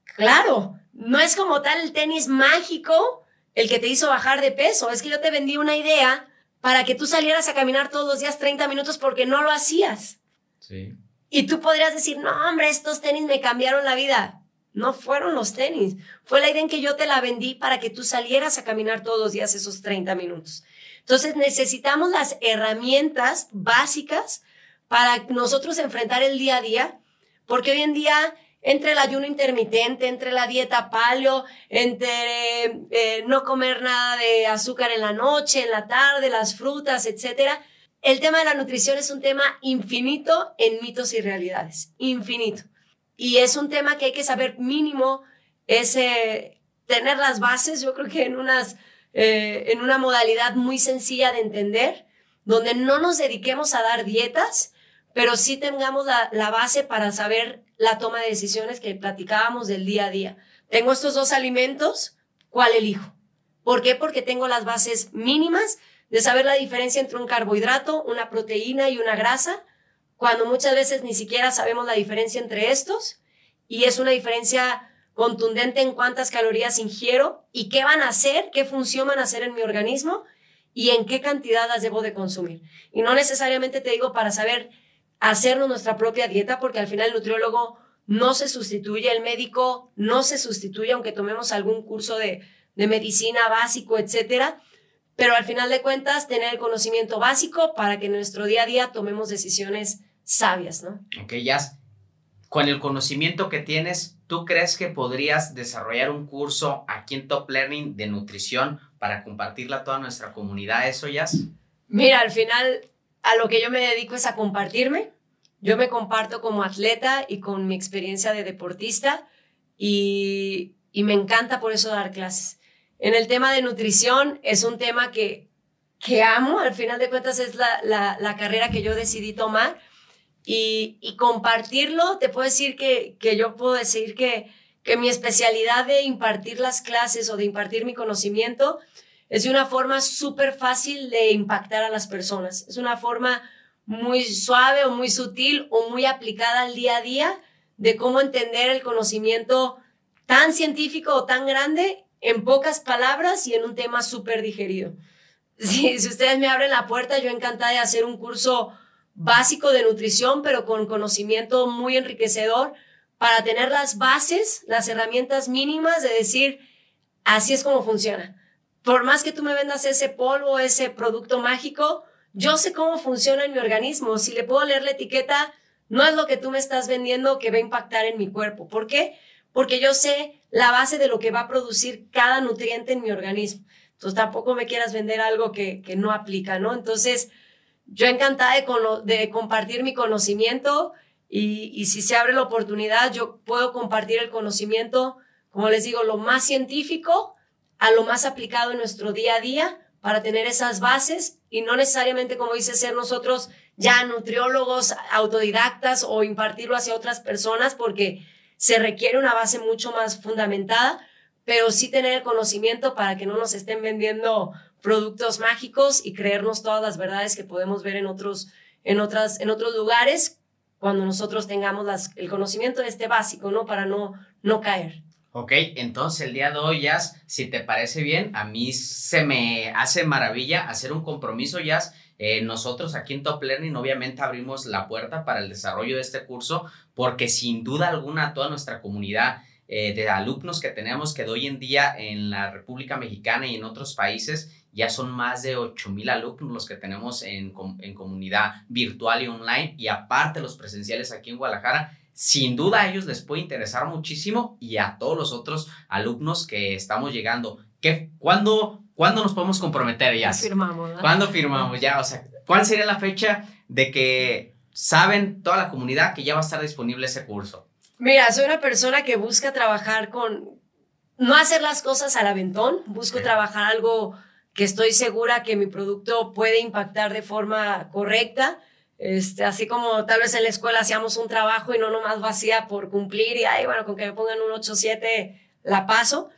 Claro, no es como tal el tenis mágico el que te hizo bajar de peso, es que yo te vendí una idea para que tú salieras a caminar todos los días treinta minutos porque no lo hacías. Sí. Y tú podrías decir, no, hombre, estos tenis me cambiaron la vida. No fueron los tenis, fue la idea en que yo te la vendí para que tú salieras a caminar todos los días esos treinta minutos. Entonces necesitamos las herramientas básicas para nosotros enfrentar el día a día, porque hoy en día entre el ayuno intermitente, entre la dieta paleo, entre eh, no comer nada de azúcar en la noche, en la tarde, las frutas, etcétera, el tema de la nutrición es un tema infinito en mitos y realidades, infinito. Y es un tema que hay que saber mínimo, es eh, tener las bases, yo creo que en, unas, eh, en una modalidad muy sencilla de entender, donde no nos dediquemos a dar dietas, pero sí tengamos la, la base para saber la toma de decisiones que platicábamos del día a día. Tengo estos dos alimentos, ¿cuál elijo? ¿Por qué? Porque tengo las bases mínimas de saber la diferencia entre un carbohidrato, una proteína y una grasa, cuando muchas veces ni siquiera sabemos la diferencia entre estos, y es una diferencia contundente en cuántas calorías ingiero y qué van a hacer, qué función van a hacer en mi organismo y en qué cantidad las debo de consumir. Y no necesariamente te digo para saber hacernos nuestra propia dieta, porque al final el nutriólogo no se sustituye, el médico no se sustituye, aunque tomemos algún curso de, de medicina básico, etcétera, pero al final de cuentas tener el conocimiento básico para que en nuestro día a día tomemos decisiones sabias, ¿no? Ok, Jazz, con el conocimiento que tienes, ¿tú crees que podrías desarrollar un curso aquí en Top Learning de nutrición para compartirla a toda nuestra comunidad? ¿Eso, Jazz? Mira, al final a lo que yo me dedico es a compartirme. Yo me comparto como atleta y con mi experiencia de deportista y, y me encanta por eso dar clases. En el tema de nutrición es un tema que, que amo, al final de cuentas es la, la, la carrera que yo decidí tomar. Y, y compartirlo, te puedo decir que, que yo puedo decir que, que mi especialidad de impartir las clases o de impartir mi conocimiento es de una forma súper fácil de impactar a las personas. Es una forma muy suave o muy sutil o muy aplicada al día a día de cómo entender el conocimiento tan científico o tan grande en pocas palabras y en un tema súper digerido. Si, si ustedes me abren la puerta, yo encantada de hacer un curso básico de nutrición, pero con conocimiento muy enriquecedor para tener las bases, las herramientas mínimas de decir, así es como funciona. Por más que tú me vendas ese polvo, ese producto mágico, yo sé cómo funciona en mi organismo. Si le puedo leer la etiqueta, no es lo que tú me estás vendiendo que va a impactar en mi cuerpo. ¿Por qué? Porque yo sé la base de lo que va a producir cada nutriente en mi organismo. Entonces tampoco me quieras vender algo que, que no aplica, ¿no? Entonces, yo encantada de, cono- de compartir mi conocimiento y, y si se abre la oportunidad, yo puedo compartir el conocimiento, como les digo, lo más científico a lo más aplicado en nuestro día a día para tener esas bases y no necesariamente, como dice, ser nosotros ya nutriólogos autodidactas o impartirlo hacia otras personas porque se requiere una base mucho más fundamentada, pero sí tener el conocimiento para que no nos estén vendiendo productos mágicos y creernos todas las verdades que podemos ver en otros, en otras, en otros lugares cuando nosotros tengamos las, el conocimiento este básico, ¿no? Para no, no caer. Ok, entonces el día de hoy, Jazz, si te parece bien, a mí se me hace maravilla hacer un compromiso, Jazz. Eh, nosotros aquí en Top Learning obviamente abrimos la puerta para el desarrollo de este curso porque sin duda alguna toda nuestra comunidad eh, de alumnos que tenemos, que de hoy en día en la República Mexicana y en otros países ya son más de ocho mil alumnos los que tenemos en, en comunidad virtual y online y aparte los presenciales aquí en Guadalajara. Sin duda a ellos les puede interesar muchísimo y a todos los otros alumnos que estamos llegando. ¿Qué, cuándo, ¿Cuándo nos podemos comprometer ya? Firmamos, ¿no? ¿Cuándo firmamos ya? O sea, ¿cuál sería la fecha de que saben toda la comunidad que ya va a estar disponible ese curso? Mira, soy una persona que busca trabajar con, no hacer las cosas al aventón, busco Sí. trabajar algo que estoy segura que mi producto puede impactar de forma correcta. Este, así como tal vez en la escuela hacíamos un trabajo y no nomás vacía por cumplir y ahí, bueno, con que me pongan un ocho siete la paso.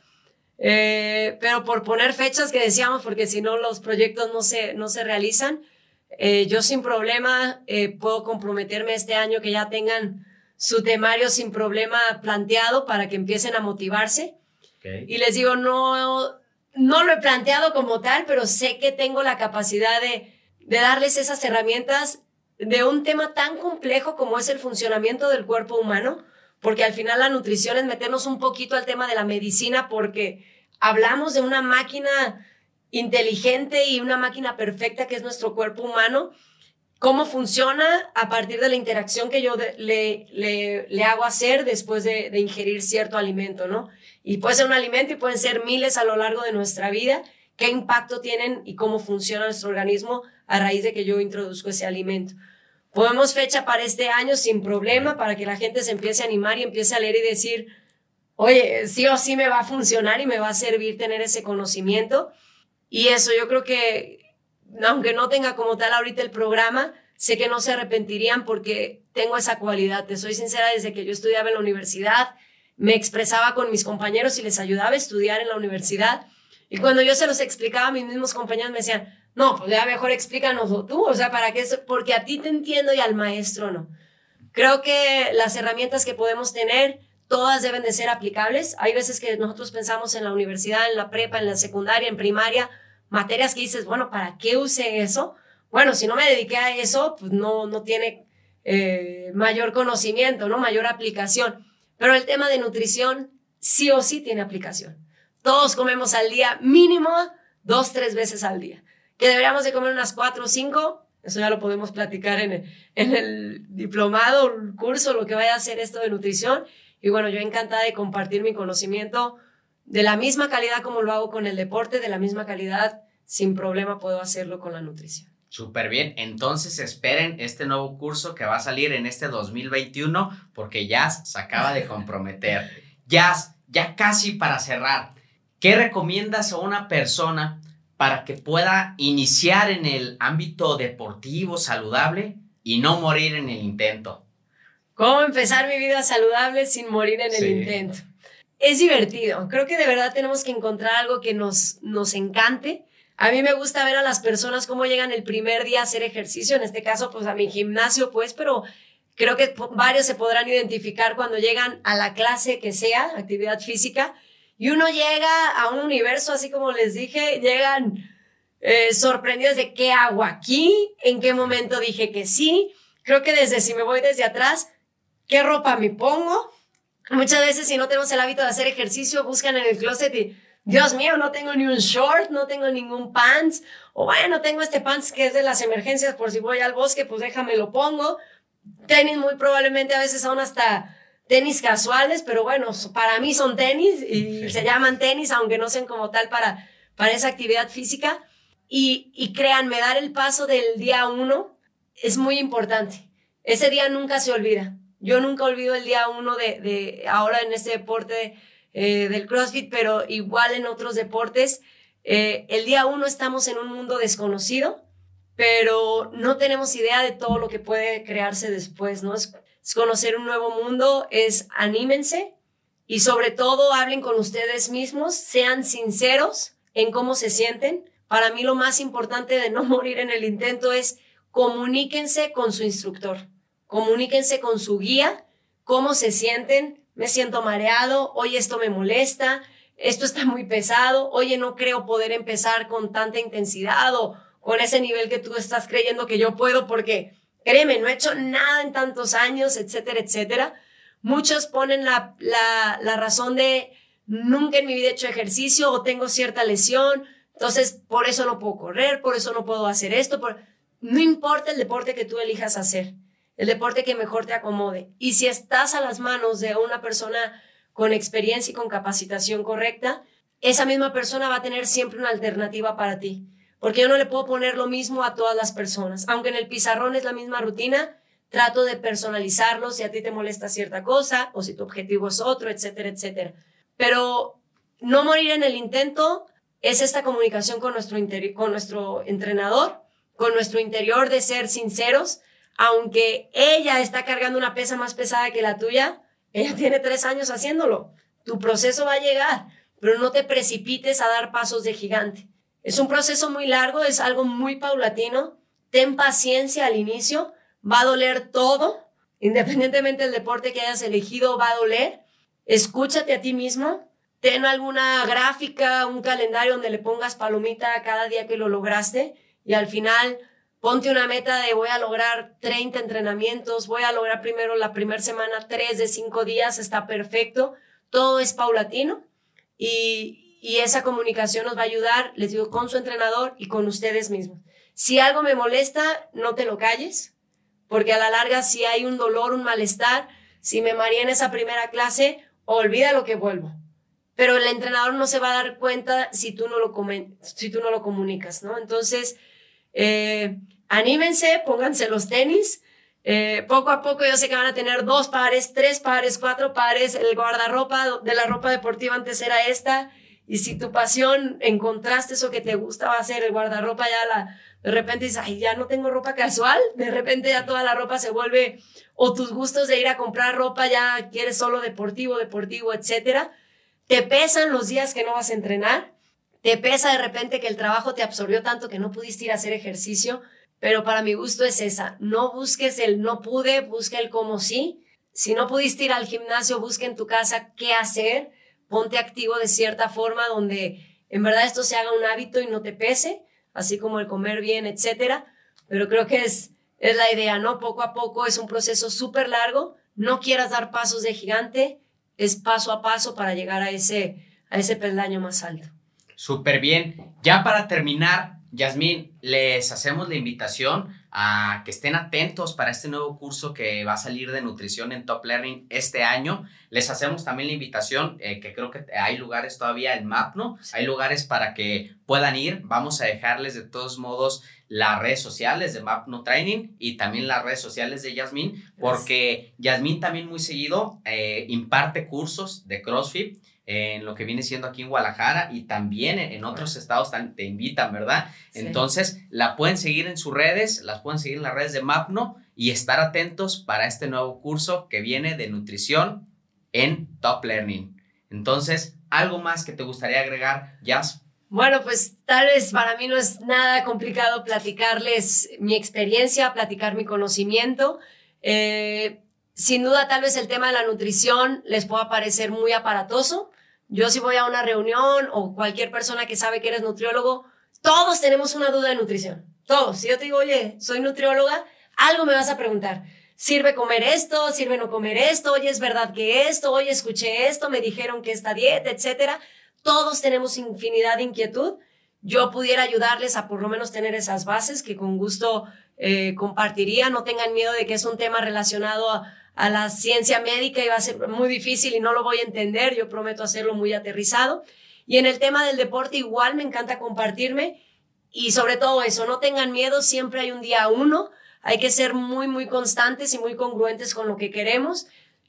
Eh, pero por poner fechas que decíamos, porque si no los proyectos no se, no se realizan, eh, yo sin problema eh, puedo comprometerme este año que ya tengan su temario sin problema planteado para que empiecen a motivarse. Okay. Y les digo, no, no lo he planteado como tal, pero sé que tengo la capacidad de, de darles esas herramientas de un tema tan complejo como es el funcionamiento del cuerpo humano, porque al final la nutrición es meternos un poquito al tema de la medicina, porque hablamos de una máquina inteligente y una máquina perfecta que es nuestro cuerpo humano, cómo funciona a partir de la interacción que yo de, le, le, le hago hacer después de, de ingerir cierto alimento, ¿no? Y puede ser un alimento y pueden ser miles a lo largo de nuestra vida, qué impacto tienen y cómo funciona nuestro organismo a raíz de que yo introduzco ese alimento. Podemos fecha para este año sin problema, para que la gente se empiece a animar y empiece a leer y decir, oye, sí o sí me va a funcionar y me va a servir tener ese conocimiento. Y eso yo creo que, aunque no tenga como tal ahorita el programa, sé que no se arrepentirían porque tengo esa cualidad. Te soy sincera, desde que yo estudiaba en la universidad, me expresaba con mis compañeros y les ayudaba a estudiar en la universidad. Y cuando yo se los explicaba a mis mismos compañeros me decían, no, pues ya mejor explícanoslo tú, o sea, ¿para qué? Porque a ti te entiendo y al maestro no. Creo que las herramientas que podemos tener, todas deben de ser aplicables. Hay veces que nosotros pensamos en la universidad, en la prepa, en la secundaria, en primaria, materias que dices, bueno, ¿para qué use eso? Bueno, si no me dediqué a eso, pues no, no tiene eh, mayor conocimiento, ¿no? Mayor aplicación. Pero el tema de nutrición sí o sí tiene aplicación. Todos comemos al día mínimo dos, tres veces al día. Que deberíamos de comer unas cuatro o cinco, eso ya lo podemos platicar en el, en el diplomado, el curso, lo que vaya a hacer esto de nutrición. Y bueno, yo encantada de compartir mi conocimiento de la misma calidad como lo hago con el deporte, de la misma calidad, sin problema puedo hacerlo con la nutrición. Súper bien, entonces esperen este nuevo curso que va a salir en este dos mil veintiuno porque Jazz se acaba de comprometer. Jazz, ya casi para cerrar, ¿qué recomiendas a una persona para que pueda iniciar en el ámbito deportivo saludable y no morir en el intento? ¿Cómo empezar mi vida saludable sin morir en el sí. intento? Es divertido. Creo que de verdad tenemos que encontrar algo que nos, nos encante. A mí me gusta ver a las personas cómo llegan el primer día a hacer ejercicio. En este caso, pues a mi gimnasio, pues, pero creo que varios se podrán identificar cuando llegan a la clase que sea, actividad física, y uno llega a un universo, así como les dije, llegan eh, sorprendidos de qué hago aquí, en qué momento dije que sí. Creo que desde, si me voy desde atrás, ¿qué ropa me pongo? Muchas veces, si no tenemos el hábito de hacer ejercicio, buscan en el closet y, Dios mío, no tengo ni un short, no tengo ningún pants, o bueno, tengo este pants que es de las emergencias por si voy al bosque, pues déjame lo pongo. Tenis muy probablemente a veces son hasta tenis casuales, pero bueno, para mí son tenis y sí. se llaman tenis, aunque no sean como tal para, para esa actividad física. Y, y créanme, dar el paso del día uno es muy importante. Ese día nunca se olvida. Yo nunca olvido el día uno de, de ahora en este deporte eh, del CrossFit, pero igual en otros deportes. Eh, el día uno estamos en un mundo desconocido, pero no tenemos idea de todo lo que puede crearse después, ¿no? Es, es conocer un nuevo mundo, es anímense y sobre todo hablen con ustedes mismos, sean sinceros en cómo se sienten. Para mí lo más importante de no morir en el intento es comuníquense con su instructor, comuníquense con su guía, cómo se sienten. Me siento mareado, oye, esto me molesta, esto está muy pesado, oye, no creo poder empezar con tanta intensidad o con ese nivel que tú estás creyendo que yo puedo porque, créeme, no he hecho nada en tantos años, etcétera, etcétera. Muchos ponen la, la, la razón de nunca en mi vida he hecho ejercicio o tengo cierta lesión, entonces por eso no puedo correr, por eso no puedo hacer esto. Por... No importa el deporte que tú elijas hacer, el deporte que mejor te acomode. Y si estás a las manos de una persona con experiencia y con capacitación correcta, esa misma persona va a tener siempre una alternativa para ti. Porque yo no le puedo poner lo mismo a todas las personas. Aunque en el pizarrón es la misma rutina, trato de personalizarlo si a ti te molesta cierta cosa o si tu objetivo es otro, etcétera, etcétera. Pero no morir en el intento es esta comunicación con nuestro, interi- con nuestro entrenador, con nuestro interior, de ser sinceros. Aunque ella está cargando una pesa más pesada que la tuya, ella tiene tres años haciéndolo. Tu proceso va a llegar, pero no te precipites a dar pasos de gigante. Es un proceso muy largo, es algo muy paulatino. Ten paciencia al inicio, va a doler todo, independientemente del deporte que hayas elegido, va a doler. Escúchate a ti mismo, ten alguna gráfica, un calendario donde le pongas palomita a cada día que lo lograste y al final ponte una meta de voy a lograr treinta entrenamientos, voy a lograr primero la primera semana tres de cinco días, está perfecto. Todo es paulatino y, y esa comunicación nos va a ayudar, les digo, con su entrenador y con ustedes mismos. Si algo me molesta, no te lo calles, porque a la larga si hay un dolor, un malestar, si me mareé en esa primera clase, olvida lo que vuelvo. Pero el entrenador no se va a dar cuenta si tú no lo, comen- si tú no lo comunicas, ¿no? Entonces, eh, anímense, pónganse los tenis. Eh, poco a poco yo sé que van a tener dos pares, tres pares, cuatro pares. El guardarropa de la ropa deportiva antes era esta. Y si tu pasión, encontraste eso que te gusta, va a ser el guardarropa, ya la, de repente dices, ay, ya no tengo ropa casual. De repente ya toda la ropa se vuelve, o tus gustos de ir a comprar ropa, ya quieres solo deportivo, deportivo, etcétera. Te pesan los días que no vas a entrenar. Te pesa de repente que el trabajo te absorbió tanto que no pudiste ir a hacer ejercicio. Pero para mi gusto es esa. No busques el no pude, busca el cómo sí. Si no pudiste ir al gimnasio, busca en tu casa qué hacer. Ponte activo de cierta forma donde en verdad esto se haga un hábito y no te pese, así como el comer bien, etcétera. Pero creo que es, es la idea, ¿no? Poco a poco es un proceso súper largo. No quieras dar pasos de gigante, es paso a paso para llegar a ese, a ese peldaño más alto. Súper bien. Ya para terminar, Yasmín, les hacemos la invitación a que estén atentos para este nuevo curso que va a salir de nutrición en Top Learning este año. Les hacemos también la invitación, eh, que creo que hay lugares todavía en Mapno, sí. Hay lugares para que puedan ir. Vamos a dejarles de todos modos las redes sociales de Mapno Training y también las redes sociales de Yasmín, porque Yasmín también muy seguido eh, imparte cursos de CrossFit en lo que viene siendo aquí en Guadalajara y también en otros estados te invitan, ¿verdad? Sí. Entonces, la pueden seguir en sus redes, las pueden seguir en las redes de Mapno y estar atentos para este nuevo curso que viene de nutrición en Top Learning. Entonces, ¿algo más que te gustaría agregar, Yas? Bueno, pues tal vez para mí no es nada complicado platicarles mi experiencia, platicar mi conocimiento. Eh, sin duda, tal vez el tema de la nutrición les pueda parecer muy aparatoso. Yo si voy a una reunión o cualquier persona que sabe que eres nutriólogo, todos tenemos una duda de nutrición. Todos. Si yo te digo, oye, soy nutrióloga, algo me vas a preguntar. ¿Sirve comer esto? ¿Sirve no comer esto? Oye, ¿es verdad que esto? Oye, escuché esto, me dijeron que esta dieta, etcétera. Todos tenemos infinidad de inquietud. Yo pudiera ayudarles a por lo menos tener esas bases que con gusto eh, compartiría. No tengan miedo de que es un tema relacionado a a la ciencia médica y va a ser muy difícil y no lo voy a entender, yo prometo hacerlo muy aterrizado. Y en el tema del deporte igual me encanta compartirme y sobre todo eso, no tengan miedo, siempre hay un día uno, hay que ser muy muy constantes y muy congruentes con lo que queremos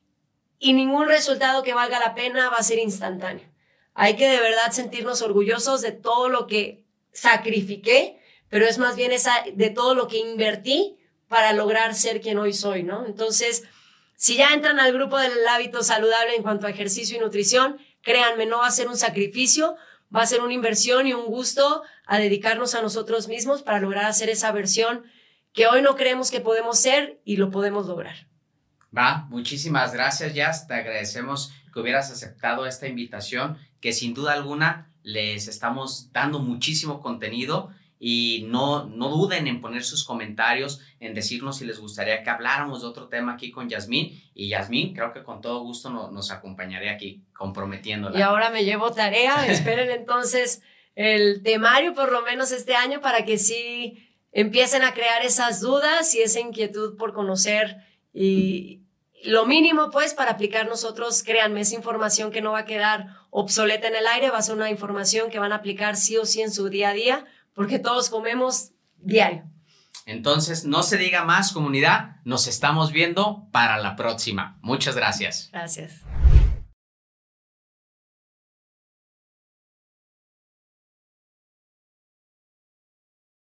y ningún resultado que valga la pena va a ser instantáneo. Hay que de verdad sentirnos orgullosos de todo lo que sacrifiqué, pero es más bien esa, de todo lo que invertí para lograr ser quien hoy soy, ¿no? Entonces, si ya entran al grupo del hábito saludable en cuanto a ejercicio y nutrición, créanme, no va a ser un sacrificio, va a ser una inversión y un gusto a dedicarnos a nosotros mismos para lograr hacer esa versión que hoy no creemos que podemos ser y lo podemos lograr. Va, muchísimas gracias, Yas. Te agradecemos que hubieras aceptado esta invitación, que sin duda alguna les estamos dando muchísimo contenido. Y no, no duden en poner sus comentarios, en decirnos si les gustaría que habláramos de otro tema aquí con Yasmín. Y Yasmín, creo que con todo gusto no, nos acompañaría aquí, comprometiéndola. Y ahora me llevo tarea. Esperen entonces el temario por lo menos este año para que sí empiecen a crear esas dudas y esa inquietud por conocer. Y lo mínimo, pues, para aplicar nosotros, créanme, es información que no va a quedar obsoleta en el aire, va a ser una información que van a aplicar sí o sí en su día a día, porque todos comemos diario. Entonces, no se diga más, comunidad. Nos estamos viendo para la próxima. Muchas gracias. Gracias.